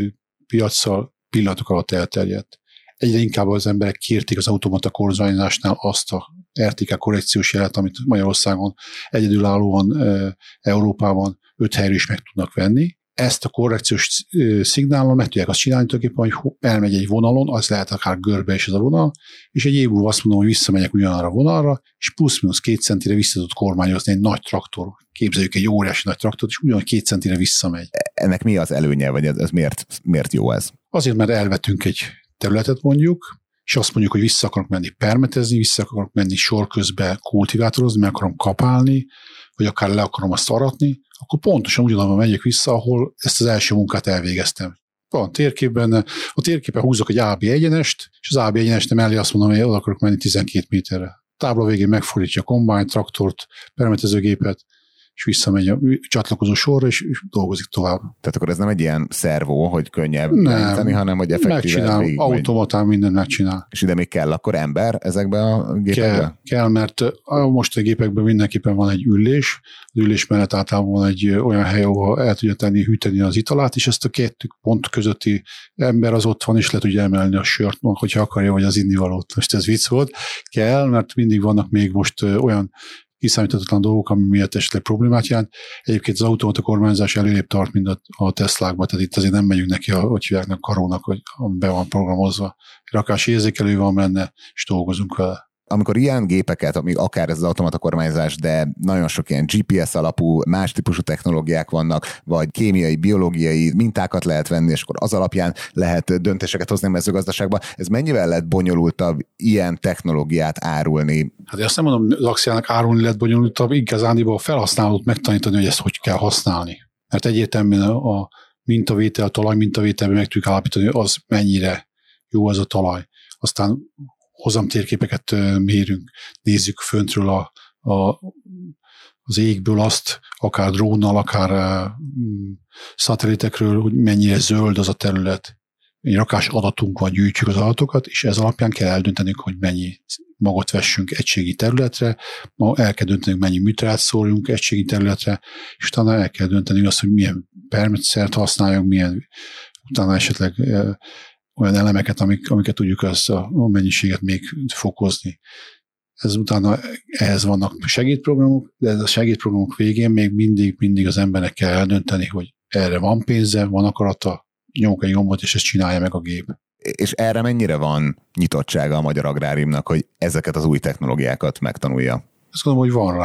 piaccal pillanatok alatt elterjedt. Egyre inkább az emberek kérték az automata kormányzásnál azt a RTK korrekciós jelet, amit Magyarországon egyedülállóan Európában 5 helyről is meg tudnak venni. Ezt a korrekciós szignálon meg tudják azt csinálni tulajdonképpen, hogy elmegy egy vonalon, az lehet akár görbe is ez a vonal, és egy év múlva azt mondom, hogy visszamegyek ugyanarra a vonalra, és plusz-minusz 2 centire vissza tud kormányozni egy nagy traktor. Képzeljük egy óriási nagy traktort, és ugyanúgy 2 centire visszamegy. Ennek mi az előnye, vagy ez miért jó ez? Azért, mert elvetünk egy területet mondjuk, és azt mondjuk, hogy vissza akarok menni permetezni, vissza akarok menni sor közben kultivátorozni, meg akarom kapálni, vagy akár le akarom azt aratni, akkor pontosan ugyanabban megyek vissza, ahol ezt az első munkát elvégeztem. Van a térképen húzok egy AB egyenest, és az AB egyenest mellé azt mondom, hogy oda akarok menni 12 méterre. A tábla végén megfordítja a kombányt, traktort, permetezőgépet, és visszamegy a csatlakozó sorra, és dolgozik tovább. Tehát akkor ez nem egy ilyen szervó, hogy könnyebb irányítani, hanem hogy effektíven megcsinál, automatán mindent megcsinál. És ide még kell akkor ember ezekbe a gépekbe? Kell, mert most a gépekben mindenképpen van egy ülés, az ülés mellett általában van egy olyan hely, ahol el tudja tenni, hűteni az italát, és ezt a 2 pont közötti ember az ott van, és le tudja emelni a sört, hogyha akarja, vagy az innivalót. Most ez vicc volt. Kell, mert mindig vannak még most olyan kiszámíthatatlan dolgok, ami miatt esetleg problémát jelent. Egyébként az automata kormányzás előrébb tart, mint a Teslákban, tehát itt azért nem megyünk neki, hogy hívják karónak, hogy be van programozva. Rakás érzékelő van benne, és dolgozunk vele. Amikor ilyen gépeket, amíg akár ez az automata kormányzás, de nagyon sok ilyen GPS alapú, más típusú technológiák vannak, vagy kémiai, biológiai mintákat lehet venni, és akkor az alapján lehet döntéseket hozni a mezőgazdaságban. Ez mennyivel lett bonyolultabb ilyen technológiát árulni? Hát én azt nem mondom, az Axiának árulni lett bonyolultabb, igazániból a felhasználót megtanítani, hogy ezt hogy kell használni. Mert egyértelműen a mintavétel, a talaj mintavételben meg tudjuk állapítani, hogy az mennyire jó az a talaj. Aztán hozamtérképeket mérünk, nézzük föntről az égből azt, akár drónnal, akár szatelitekről, hogy mennyire zöld az a terület. Egy rakás adatunk van, gyűjtjük az adatokat, és ez alapján kell eldöntenünk, hogy mennyi magot vessünk egységi területre, el kell döntenünk, mennyi műtrágyát szóljunk egységi területre, és utána el kell döntenünk azt, hogy milyen permetszert használjunk, milyen utána esetleg olyan elemeket, amiket tudjuk ezt a mennyiséget még fokozni. Ez utána ehhez vannak segédprogramok, de ez a segédprogramok végén még mindig az embernek kell eldönteni, hogy erre van pénze, van akarata, nyomok egy gombot, és ezt csinálja meg a gép. És erre mennyire van nyitottsága a magyar agráriumnak, hogy ezeket az új technológiákat megtanulja? Azt gondolom, hogy van rá.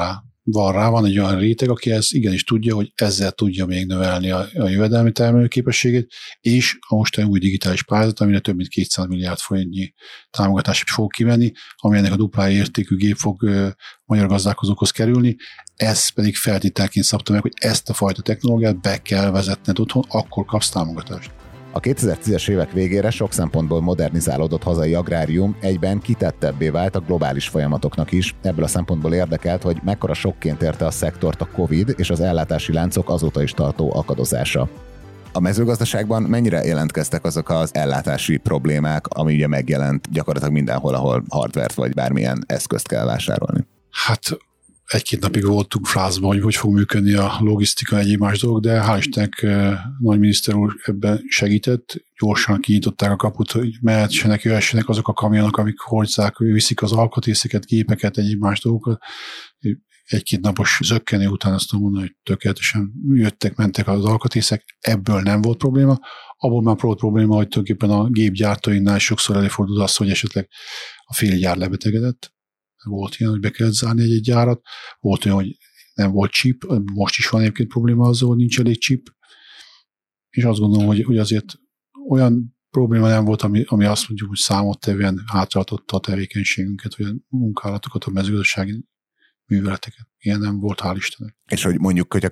van egy olyan réteg, aki ezt igenis tudja, hogy ezzel tudja még növelni a jövedelmi termelőképességét, és a mostani új digitális pályázat, amire több mint 200 milliárd forintnyi támogatást fog kivenni, ami ennek a dupla értékű gép fog magyar gazdálkodókhoz kerülni, ez pedig feltételként szabta meg, hogy ezt a fajta technológiát be kell vezetned otthon, akkor kapsz támogatást. A 2010-es évek végére sok szempontból modernizálódott hazai agrárium egyben kitettebbé vált a globális folyamatoknak is. Ebből a szempontból érdekelt, hogy mekkora sokként érte a szektort a Covid és az ellátási láncok azóta is tartó akadozása. A mezőgazdaságban mennyire jelentkeztek azok az ellátási problémák, ami ugye megjelent gyakorlatilag mindenhol, ahol hardvert vagy bármilyen eszközt kell vásárolni? Hát egy-két napig voltunk frázban, hogy fog működni a logisztika, egyéb más dolog, de hál' Istennek nagyminiszter úr ebben segített, gyorsan kinyitották a kaput, hogy mehessenek, jöhessenek azok a kamionok, amik hozzák, viszik az alkatrészeket, gépeket, egyéb más dolgokat. Egy-két napos zökkenő után azt mondom, hogy tökéletesen jöttek, mentek az alkatrészek, ebből nem volt probléma. Abból már volt probléma, hogy tulajdonképpen a gépgyártóinnál sokszor előfordul az, hogy esetleg a fél gyár lebetegedett. Volt ilyen, hogy be kellett zárni egy gyárat, volt olyan, hogy nem volt chip, most is van egyébként probléma azzal, hogy nincs elég chip, és azt gondolom, hogy azért olyan probléma nem volt, ami azt mondjuk, hogy számottevően hátráltatta a tevékenységünket, vagy a munkálatokat, a mezőgazdasági műveleteket. Ilyen nem volt, hál' Istennek. És hogy mondjuk, hogyha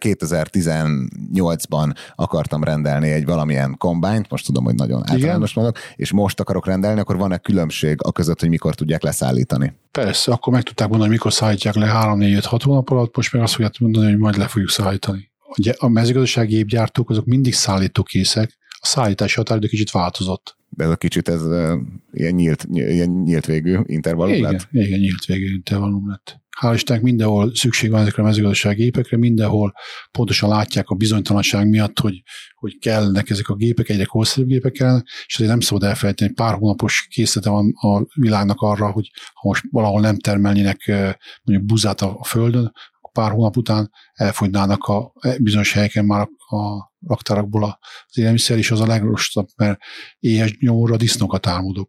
2018-ban akartam rendelni egy valamilyen kombányt, most tudom, hogy nagyon általános mondok, és most akarok rendelni, akkor van-e különbség a között, hogy mikor tudják leszállítani? Persze, akkor meg tudták mondani, hogy mikor szállítják le 3-4-5-6 hónap alatt, most meg azt fogják mondani, hogy majd le fogjuk szállítani. Ugye a mezőgazdasági gépgyártók azok mindig szállítókészek, a szállítási határidő kicsit változott. De ez a kicsit ilyen nyílt végű intervallum lett? Igen, nyílt végű intervallum lett. Hál' Istennek mindenhol szükség van ezekre a mezőgazdasági gépekre, mindenhol pontosan látják a bizonytalanság miatt, hogy kellnek ezek a gépek, egyre korszerűbb gépek kellene, és azért nem szabad elfelejteni, pár hónapos készlete van a világnak arra, hogy ha most valahol nem termelnének mondjuk buzát a földön, pár hónap után elfogynának a bizonyos helyeken már a raktárakból az élelmiszer, és az a legrosszabb, mert éhes nyomorra disznókat álmodok.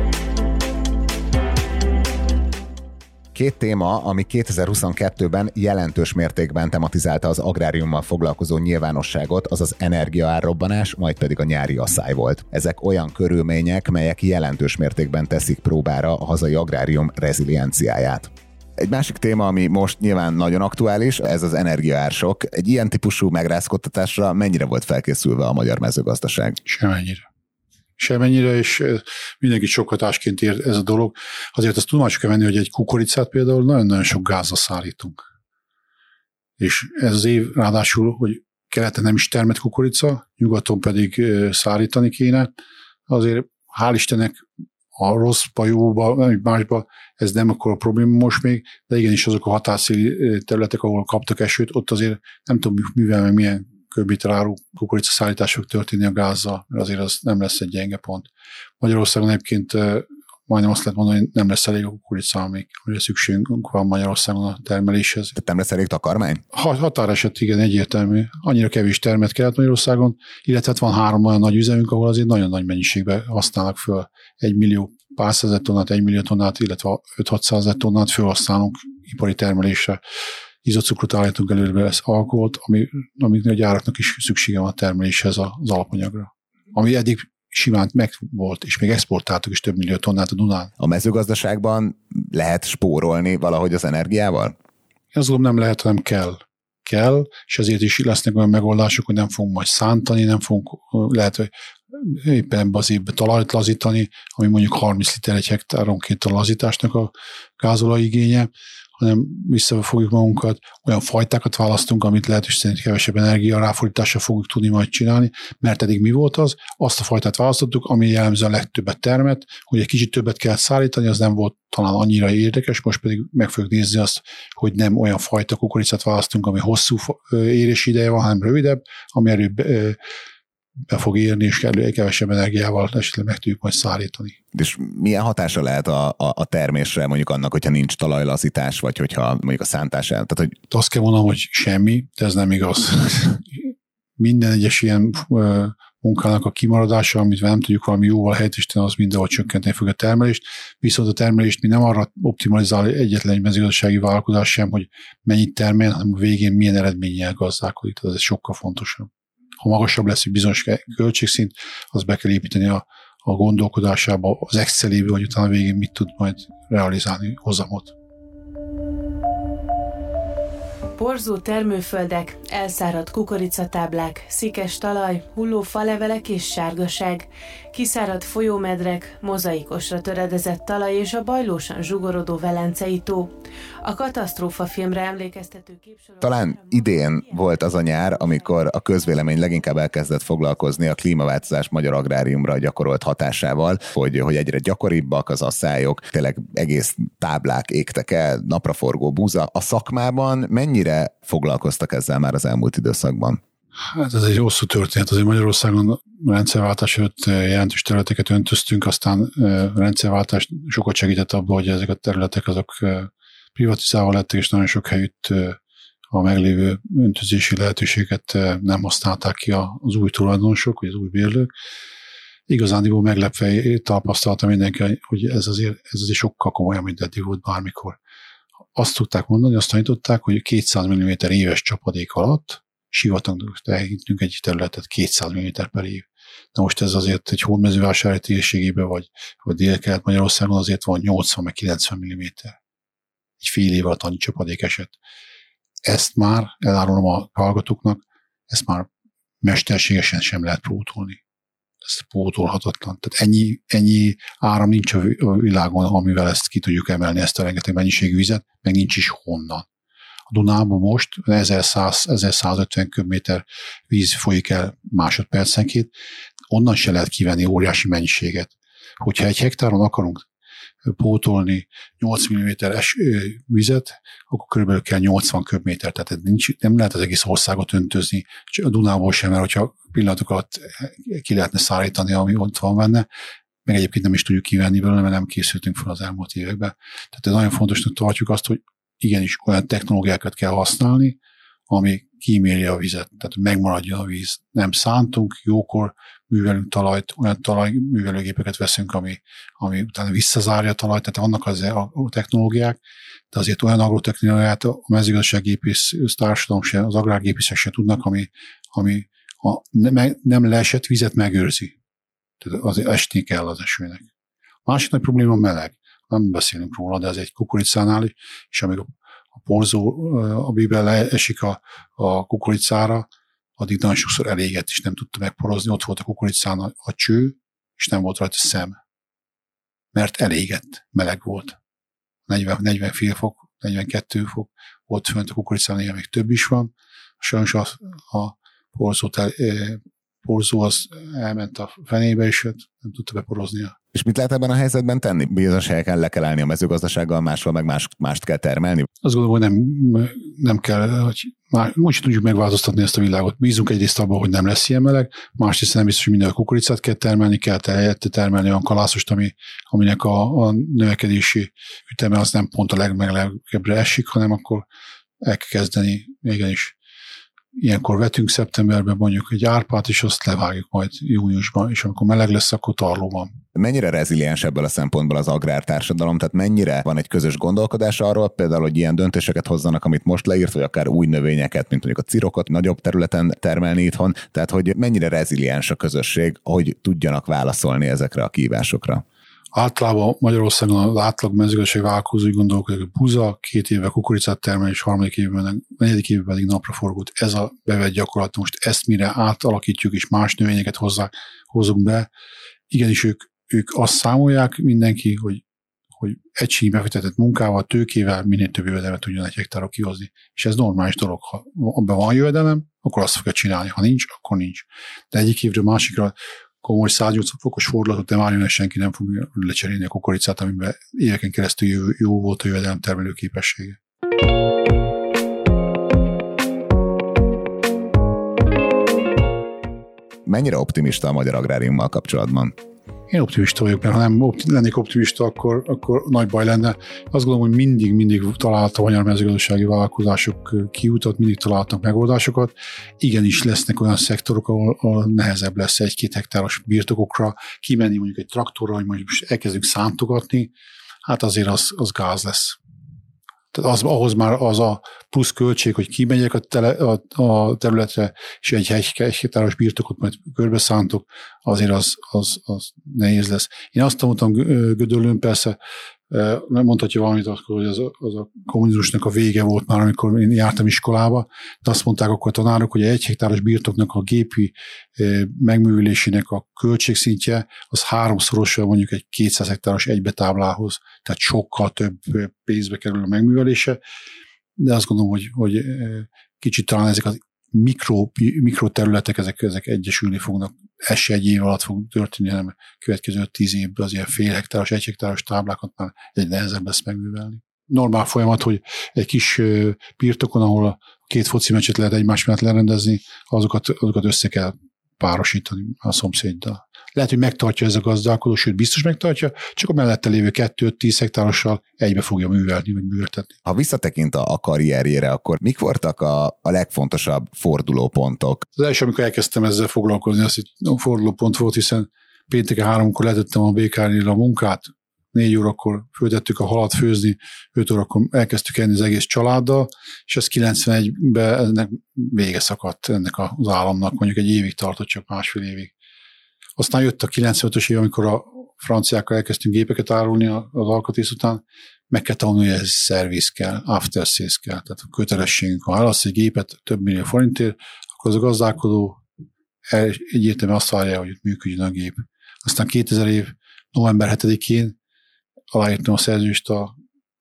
Két téma, ami 2022-ben jelentős mértékben tematizálta az agráriummal foglalkozó nyilvánosságot, az az energiaárrobbanás, majd pedig a nyári asszály volt. Ezek olyan körülmények, melyek jelentős mértékben teszik próbára a hazai agrárium rezilienciáját. Egy másik téma, ami most nyilván nagyon aktuális, ez az energiaársok. Egy ilyen típusú megrázkódtatásra mennyire volt felkészülve a magyar mezőgazdaság? Semmennyire, és mindenki sok hatásként ér ez a dolog. Azért azt tudomásul kell venni, hogy egy kukoricát például nagyon-nagyon sok gázzal szállítunk. És ez az év ráadásul, hogy keleten nem is termett kukorica, nyugaton pedig szállítani kéne. Azért hál' Istennek a rosszba, jóba, másba ez nem akkor a probléma most még, de igenis azok a határszéli területek, ahol kaptak esőt, ott azért nem tudom, mivel meg milyen köbméterárú kukoricaszállítások történni a gázzal, mert azért az nem lesz egy gyenge pont. Magyarországon egyébként majdnem azt lehet mondani, hogy nem lesz elég a kukorica, amire szükségünk van Magyarországon a termeléshez. Tehát nem lesz elég takarmány? Határeset, igen, egyértelmű. Annyira kevés termet kellett Magyarországon, illetve van 3 olyan nagy üzemünk, ahol azért nagyon nagy mennyiségben használnak föl 1 millió pár százezer tonnát, 1 millió tonnát, illetve 5-600 tonnát felhasználunk ipari termelésre. Izocukrot állítunk előre, lesz alkoholt, amit a gyáraknak is szüksége van a termeléshez az alapanyagra. Ami eddig simán meg volt, és még exportáltuk is több millió tonnát a Dunán. A mezőgazdaságban lehet spórolni valahogy az energiával? Én azt gondolom, nem lehet, hanem kell, és ezért is lesznek olyan megoldások, hogy nem fogunk majd szántani, nem fogunk, lehet, hogy éppen ebben az évben talajt lazítani, ami mondjuk 30 liter egy hektáronként a lazításnak a gázolaj igénye, hanem visszafogjuk magunkat, olyan fajtákat választunk, amit lehet, hogy szerint kevesebb energia ráfordításra fogjuk tudni majd csinálni, mert eddig mi volt az? Azt a fajtát választottuk, ami jellemzően a legtöbbet termet, hogy egy kicsit többet kell szállítani, az nem volt talán annyira érdekes, most pedig meg fogjuk nézni azt, hogy nem olyan fajta kukoricát választunk, ami hosszú érési ideje van, hanem rövidebb, ami előbb be fog érni, és kevesebb energiával esetleg meg tudjuk majd szállítani. És milyen hatása lehet a termésre, mondjuk annak, hogyha nincs talajlazítás, vagy hogyha mondjuk a szántás el? Tehát, hogy... Azt kell mondanom, hogy semmi, de ez nem igaz. Minden egyes ilyen munkának a kimaradása, amit nem tudjuk valami jóval helyettesíteni, az mindenhol csökkenteni fog a termelést, viszont a termelést mi nem arra optimalizál egyetlen egy mezőgazdasági vállalkozás sem, hogy mennyit termel, hanem a végén milyen eredménnyel gazdálkodik, ez sokkal fontosabb. Ha magasabb lesz egy bizonyos költségszint, az be kell építeni a gondolkodásába, az Excelébe, hogy utána a végén mit tud majd realizálni hozamot. Porzó termőföldek, elszáradt kukoricatáblák, szikes talaj, hulló falevelek és sárgaság, kiszáradt folyómedrek, mozaikosra töredezett talaj és a bajlósan zsugorodó Velencei tó. A katasztrófa filmre emlékeztető képsorok... Talán idén volt az a nyár, amikor a közvélemény leginkább elkezdett foglalkozni a klímaváltozás magyar agráriumra gyakorolt hatásával, hogy egyre gyakoribbak az asszályok, tényleg egész táblák égtek el, napraforgó búza. A szakmában mennyire foglalkoztak ezzel már az elmúlt időszakban? Hát ez egy hosszú történet. Azért Magyarországon rendszerváltás előtt jelentős területeket öntöztünk, aztán rendszerváltás sokat segített abban, hogy ezek a területek azok privatizálva lettek, és nagyon sok helyütt a meglévő öntözési lehetőséget nem használták ki az új tulajdonosok, vagy az új bérlők. Igazándiból meglepve tapasztaltam mindenki, hogy ez azért sokkal komolyabb, mint eddig volt bármikor. Azt tudták mondani, azt tanították, hogy 200 mm éves csapadék alatt sivatagnak tekintünk egy területet 200 mm per év. Na most ez azért egy hódmezővásári térségében, vagy Dél-Kelet-Magyarországon azért van 80 meg 90 mm. Egy fél év alatt annyi csapadék esett. Ezt már elárulom a hallgatóknak, ezt már mesterségesen sem lehet pótolni. Ez pótolhatatlan. Tehát ennyi áram nincs a világon, amivel ezt ki tudjuk emelni, ezt a rengeteg mennyiségű vizet, meg nincs is honnan. A Dunában most 1100-1150 köbméter víz folyik el másodpercenként, onnan se lehet kivenni óriási mennyiséget. Hogyha egy hektáron akarunk pótolni 8 mm vizet, akkor körülbelül kell 80 köbméter, tehát nem lehet az egész országot öntözni, a Dunából sem, mert hogyha pillanatok alatt ki lehetne szállítani, ami ott van benne, meg egyébként nem is tudjuk kivenni belőle, mert nem készültünk fel az elmúlt években. Tehát ez nagyon fontosnak tartjuk azt, hogy igenis olyan technológiákat kell használni, ami kíméli a vizet, tehát megmaradjon a víz. Nem szántunk, jókor művelünk talajt, olyan talajművelőgépeket veszünk, ami utána visszazárja a talajt, tehát vannak a technológiák, de azért olyan agrotechnológiát a mezőgazdasággépész társadalom se, az agrárgépészek se tudnak, ami nem leesett vizet megőrzi. Tehát azért esni kell az esőnek. A másik nagy probléma a meleg. Nem beszélünk róla, de ez egy kukoricánál is, és amíg a porzó a bíbel leesik a kukoricára, addig nagyon sokszor elégett, és nem tudta megporozni. Ott volt a kukoricán a cső, és nem volt rajta szem. Mert elégett, meleg volt. 40 fél fok, 42 fok volt fönt a kukoricán, néha még több is van. Sajnos a porzó az elment a fenébe, és nem tudta beporoznia. És mit lehet ebben a helyzetben tenni? Bizonyos helyeken le kell állni a mezőgazdasággal, máshol meg mást kell termelni? Azt gondolom, hogy nem kell, hogy már most tudjuk megváltoztatni ezt a világot. Bízunk egyrészt abban, hogy nem lesz ilyen meleg, másrészt nem biztos, hogy minden kukoricát kell termelni, kell helyette termelni olyan kalászost, aminek a növekedési üteme az nem pont a legmelegebbre esik, hanem akkor el kell kezdeni, igenis. Ilyenkor vetünk szeptemberben mondjuk egy árpát, és azt levágjuk majd júniusban, és amikor meleg lesz, akkor tarlóban. Mennyire reziliens ebből a szempontból az agrártársadalom, tehát mennyire van egy közös gondolkodás arról, például, hogy ilyen döntéseket hozzanak, amit most leírt, vagy akár új növényeket, mint mondjuk a cirokot nagyobb területen termelni itthon, tehát hogy mennyire reziliens a közösség, hogy tudjanak válaszolni ezekre a kihívásokra? Általában Magyarországon az átlag mezőgazdasági vállalkozó úgy gondolkodik, hogy buza, 2 éve kukoricát termel, és 4. évben pedig napraforgót. Ez a bevett gyakorlat. Most ezt mire átalakítjuk, és más növényeket hozunk be, igenis ők azt számolják mindenki, hogy egységi befektetett munkával, tőkével minél több jövedelmet tudjon egy hektárra kihozni. És ez normális dolog. Ha abban van jövedelem, akkor azt fogja csinálni. Ha nincs, akkor nincs. De egyik évről másikra komoly 180 fokos fordulatot nem álljon, és senki nem fogja lecserélni a kukoricát, amiben éveken keresztül jó volt a jövedelem termelő képessége. Mennyire optimista a magyar agráriummal kapcsolatban? Én optimista vagyok, mert ha nem lennék optimista, akkor nagy baj lenne. Azt gondolom, hogy mindig találtak a magyar mezőgazdasági vállalkozások kiutat, mindig találtak megoldásokat. Igenis lesznek olyan szektorok, ahol nehezebb lesz 1-2 hektáros birtokokra kimenni mondjuk egy traktorral, hogy mondjuk elkezdünk szántogatni, hát azért az gáz lesz. Tehát ahhoz már az a plusz költség, hogy kimegyek a területre, és egy hektáros birtokot majd körbeszántok, azért az nehéz lesz. Én azt tanultam Gödöllőn, persze nem mondhatja valamit akkor, hogy az a kommunizmusnak a vége volt már, amikor én jártam iskolába, de azt mondták akkor a tanárok, hogy egy hektáros birtoknak a gépi megművelésének a költségszintje az 3-szorosa mondjuk egy 200 hektáros egybetáblához, tehát sokkal több pénzbe kerül a megművelése, de azt gondolom, hogy kicsit talán ezek az mikroterületek, ezek egyesülni fognak. Ez se egy év alatt fog történni, hanem következő 10 évben az ilyen fél hektáros, 1 hektáros táblákat már egy nehezebb lesz megművelni. Normál folyamat, hogy egy kis birtokon, ahol a 2 foci meccset lehet egymás mellett lerendezni, azokat össze kell párosítani a szomszéddal. Lehet, hogy megtartja ez a gazdálkodó, sőt biztos megtartja, csak a mellette lévő 2-10 hektárossal egybe fogja művelni, vagy műveltetni. Ha visszatekint a karrierjére, akkor mik voltak a legfontosabb fordulópontok? Az első, amikor elkezdtem ezzel foglalkozni, az egy fordulópont volt, hiszen pénteken 3-kor letettem a BKR-nél a munkát, 4 órakor föltettük a halat főzni, 5 órakor elkezdtük enni az egész családdal, és ez 91-ben ennek vége szakadt ennek az államnak, mondjuk egy évig tartott, csak 1,5 évig. Aztán jött a 95-ös év, amikor a franciákkal elkezdtünk gépeket árulni az alkatrész után, meg kell tanulni, hogy ez szerviz kell, after sales kell, tehát a kötelességünk, ha eladsz egy gépet több millió forintért, akkor az a gazdálkodó egyértelműen azt várja, hogy működjön a gép. Aztán 2000 év november 7-én aláírtam a szerződést a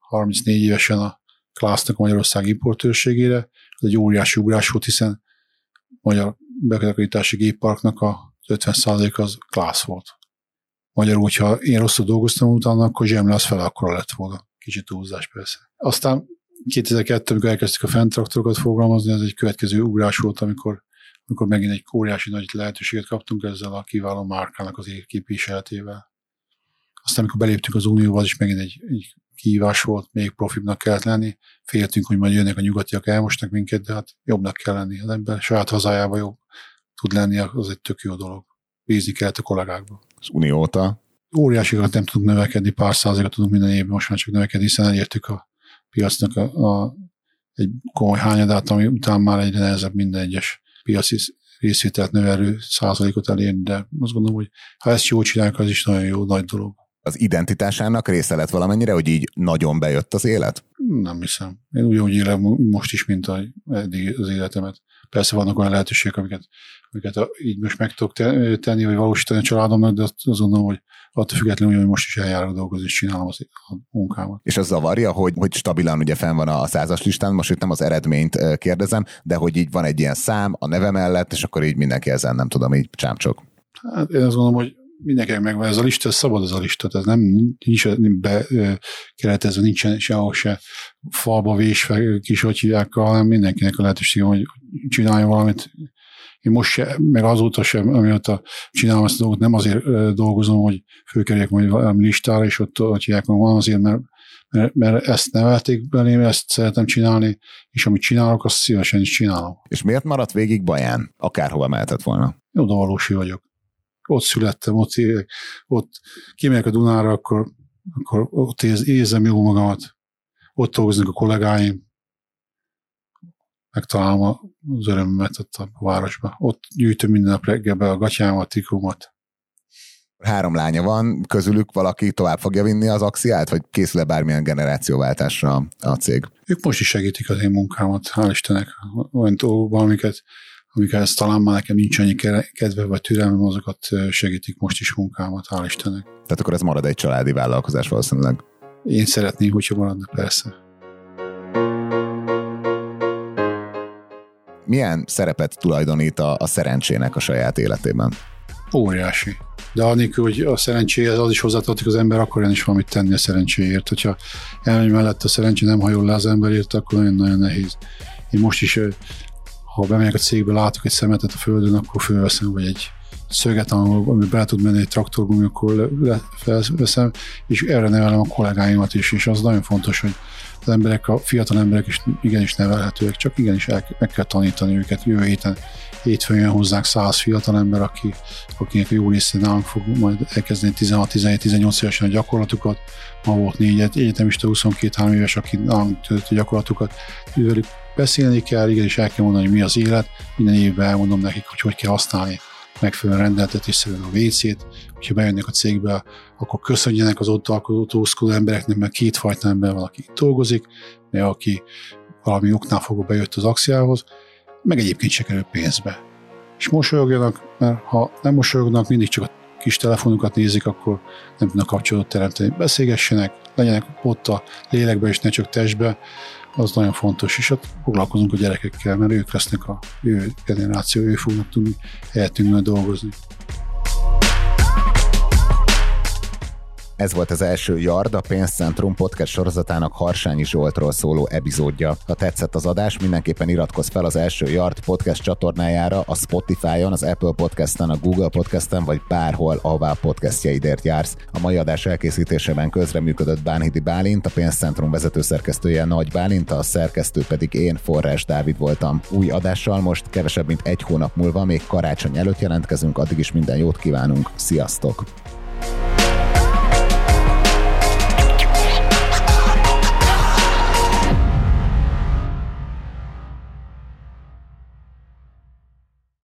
34 évesen a Classnak a Magyarország importőrségére. Ez egy óriási ugrás volt, hiszen magyar betakarítási gépparknak a 50% az Class volt. Magyarul, hogyha én rosszul dolgoztam utána, akkor zsemle az fele akkora lett volna. Kicsit túlzás persze. Aztán 2002, amikor elkezdtük a fenntraktorokat forgalmazni, ez egy következő ugrás volt, amikor megint egy óriási nagy lehetőséget kaptunk ezzel a kiváló márkának az képviseletével. Aztán, amikor beléptünk az Unióba, az is megint egy kihívás volt, még profibbnak kellett lenni. Féltünk, hogy majd jönnek a nyugatiak, elmosnak minket, de hát jobbnak kell lenni. Az ember saját hazájában jobb tud lenni, az egy tök jó dolog. Bízni kellett a kollégákba. Az Unió óta? Óriásikat nem tudunk növekedni, pár százalékot tudunk minden évben most már csak növekedni, hiszen elértük a piacnak egy komoly hányadát, ami után már egyre nehezebb minden egyes piaci részvételt növelő százalékot elérni, de azt gondolom, hogy ha ezt jól csináljuk, az is nagyon jó, nagy dolog. Az identitásának része lett valamennyire, hogy így nagyon bejött az élet? Nem hiszem. Én ugyanúgy élem most is, mint eddig az életemet. Persze vannak olyan lehetőségek, amiket így most meg tudok tenni, vagy valósítani a családomnak, de azt gondolom, hogy attól függetlenül, hogy most is eljárok dolgozni, és csinálom a munkámat. És az zavarja, hogy stabilan ugye fenn van a 100-as listán, most itt nem az eredményt kérdezem, de hogy így van egy ilyen szám a neve mellett, és akkor így mindenki ezen, nem tudom, így csámcsok. Hát én azt gondolom, hogy mindenkinek megvan ez a lista, ez szabad ez a lista, tehát nincs bekeretezve, nincsen sehol se falba vésve kis, hogy hívják, hanem mindenkinek a lehetősége, hogy csinálja valamit. Én most se, meg azóta sem, amióta csinálom ezt a dolgot, nem azért dolgozom, hogy fölkerüljek majd valami listára, és ott hívják, van azért, mert ezt nevelték belém, ezt szeretem csinálni, és amit csinálok, azt szívesen is csinálom. És miért maradt végig Baján? Akárhova mehetett volna? Odavalósi vagyok. Ott születtem, ott élek, ott kimegyek a Dunára, akkor ott érzem jó magamat, ott dolgoznak a kollégáim, megtalálom az örömömet ott a városban. Ott gyűjtöm minden nap reggelbe a gatyámat, a trikómat. 3 lánya van, közülük valaki tovább fogja vinni az akciát, vagy készül-e bármilyen generációváltásra a cég? Ők most is segítik az én munkámat, hál' Istennek, olyan dolgokban, amiket ezt talán már nekem nincs annyi kedve vagy türelmem, azokat segítik most is munkámat, hál' Istennek. Tehát akkor ez marad egy családi vállalkozás valószínűleg. Én szeretném, hogyha maradna, persze. Milyen szerepet tulajdonít a szerencsének a saját életében? Óriási. De annélkül, hogy a szerencséhez az is hozzátartozik, az ember akkor is valamit tenni a szerencséért. Hogyha elmegy mellett a szerencsé nem hajol le az emberért, akkor nagyon-nagyon nehéz. Én most is, ha bemegyek a cégbe, látok egy szemetet a földön, akkor fölveszem, vagy egy szöget, amiben bele tud menni egy traktorgumi, akkor felveszem, és erre nevelem a kollégáimat is, és az nagyon fontos, hogy az emberek, a fiatal emberek is igenis nevelhetőek, csak igenis meg kell tanítani őket. Jövő hétfőn jön hozzánk 100 fiatal ember, akinek jó része nálunk fog majd elkezdeni 16-17-18 évesen a gyakorlatukat. Ma volt 4 egyetemista, 22-3 éves, aki nálunk töltött a gyakorlatukat. Ővelük beszélni kell, igenis el kell mondani, hogy mi az élet. Minden évben elmondom nekik, hogy kell használni megfelelően rendeltetésszerűen a WC-t. Ha bejönnek a cégbe, akkor köszönjenek az ott dolgozó embereknek, mert két fajta ember van, aki itt dolgozik, de aki valami oknál fogva bejött az akciához, meg egyébként se kerül pénzbe. És mosolyogjanak, mert ha nem mosolyognak, mindig csak a kis telefonukat nézik, akkor nem tudnak kapcsolatot teremteni. Beszélgessenek, legyenek ott a lélekbe és ne csak testbe, az nagyon fontos, és ott foglalkozunk a gyerekekkel, mert ők lesznek a jövő generáció, ők fognak tudni helyettünk dolgozni. Ez volt az első Yard, a Pénzcentrum podcast sorozatának Harsányi Zsoltról szóló epizódja. Ha tetszett az adás, mindenképpen iratkozz fel az első Yard podcast csatornájára a Spotify-on, az Apple Podcasten, a Google Podcasten, vagy bárhol, ahová a podcastjaidért jársz. A mai adás elkészítésében közreműködött Bánhidi Bálint, a Pénzcentrum vezetőszerkesztője Nagy Bálint, a szerkesztő pedig én, Forrás Dávid voltam. Új adással most kevesebb mint egy hónap múlva, még karácsony előtt jelentkezünk, addig is minden jót kívánunk. Sziasztok!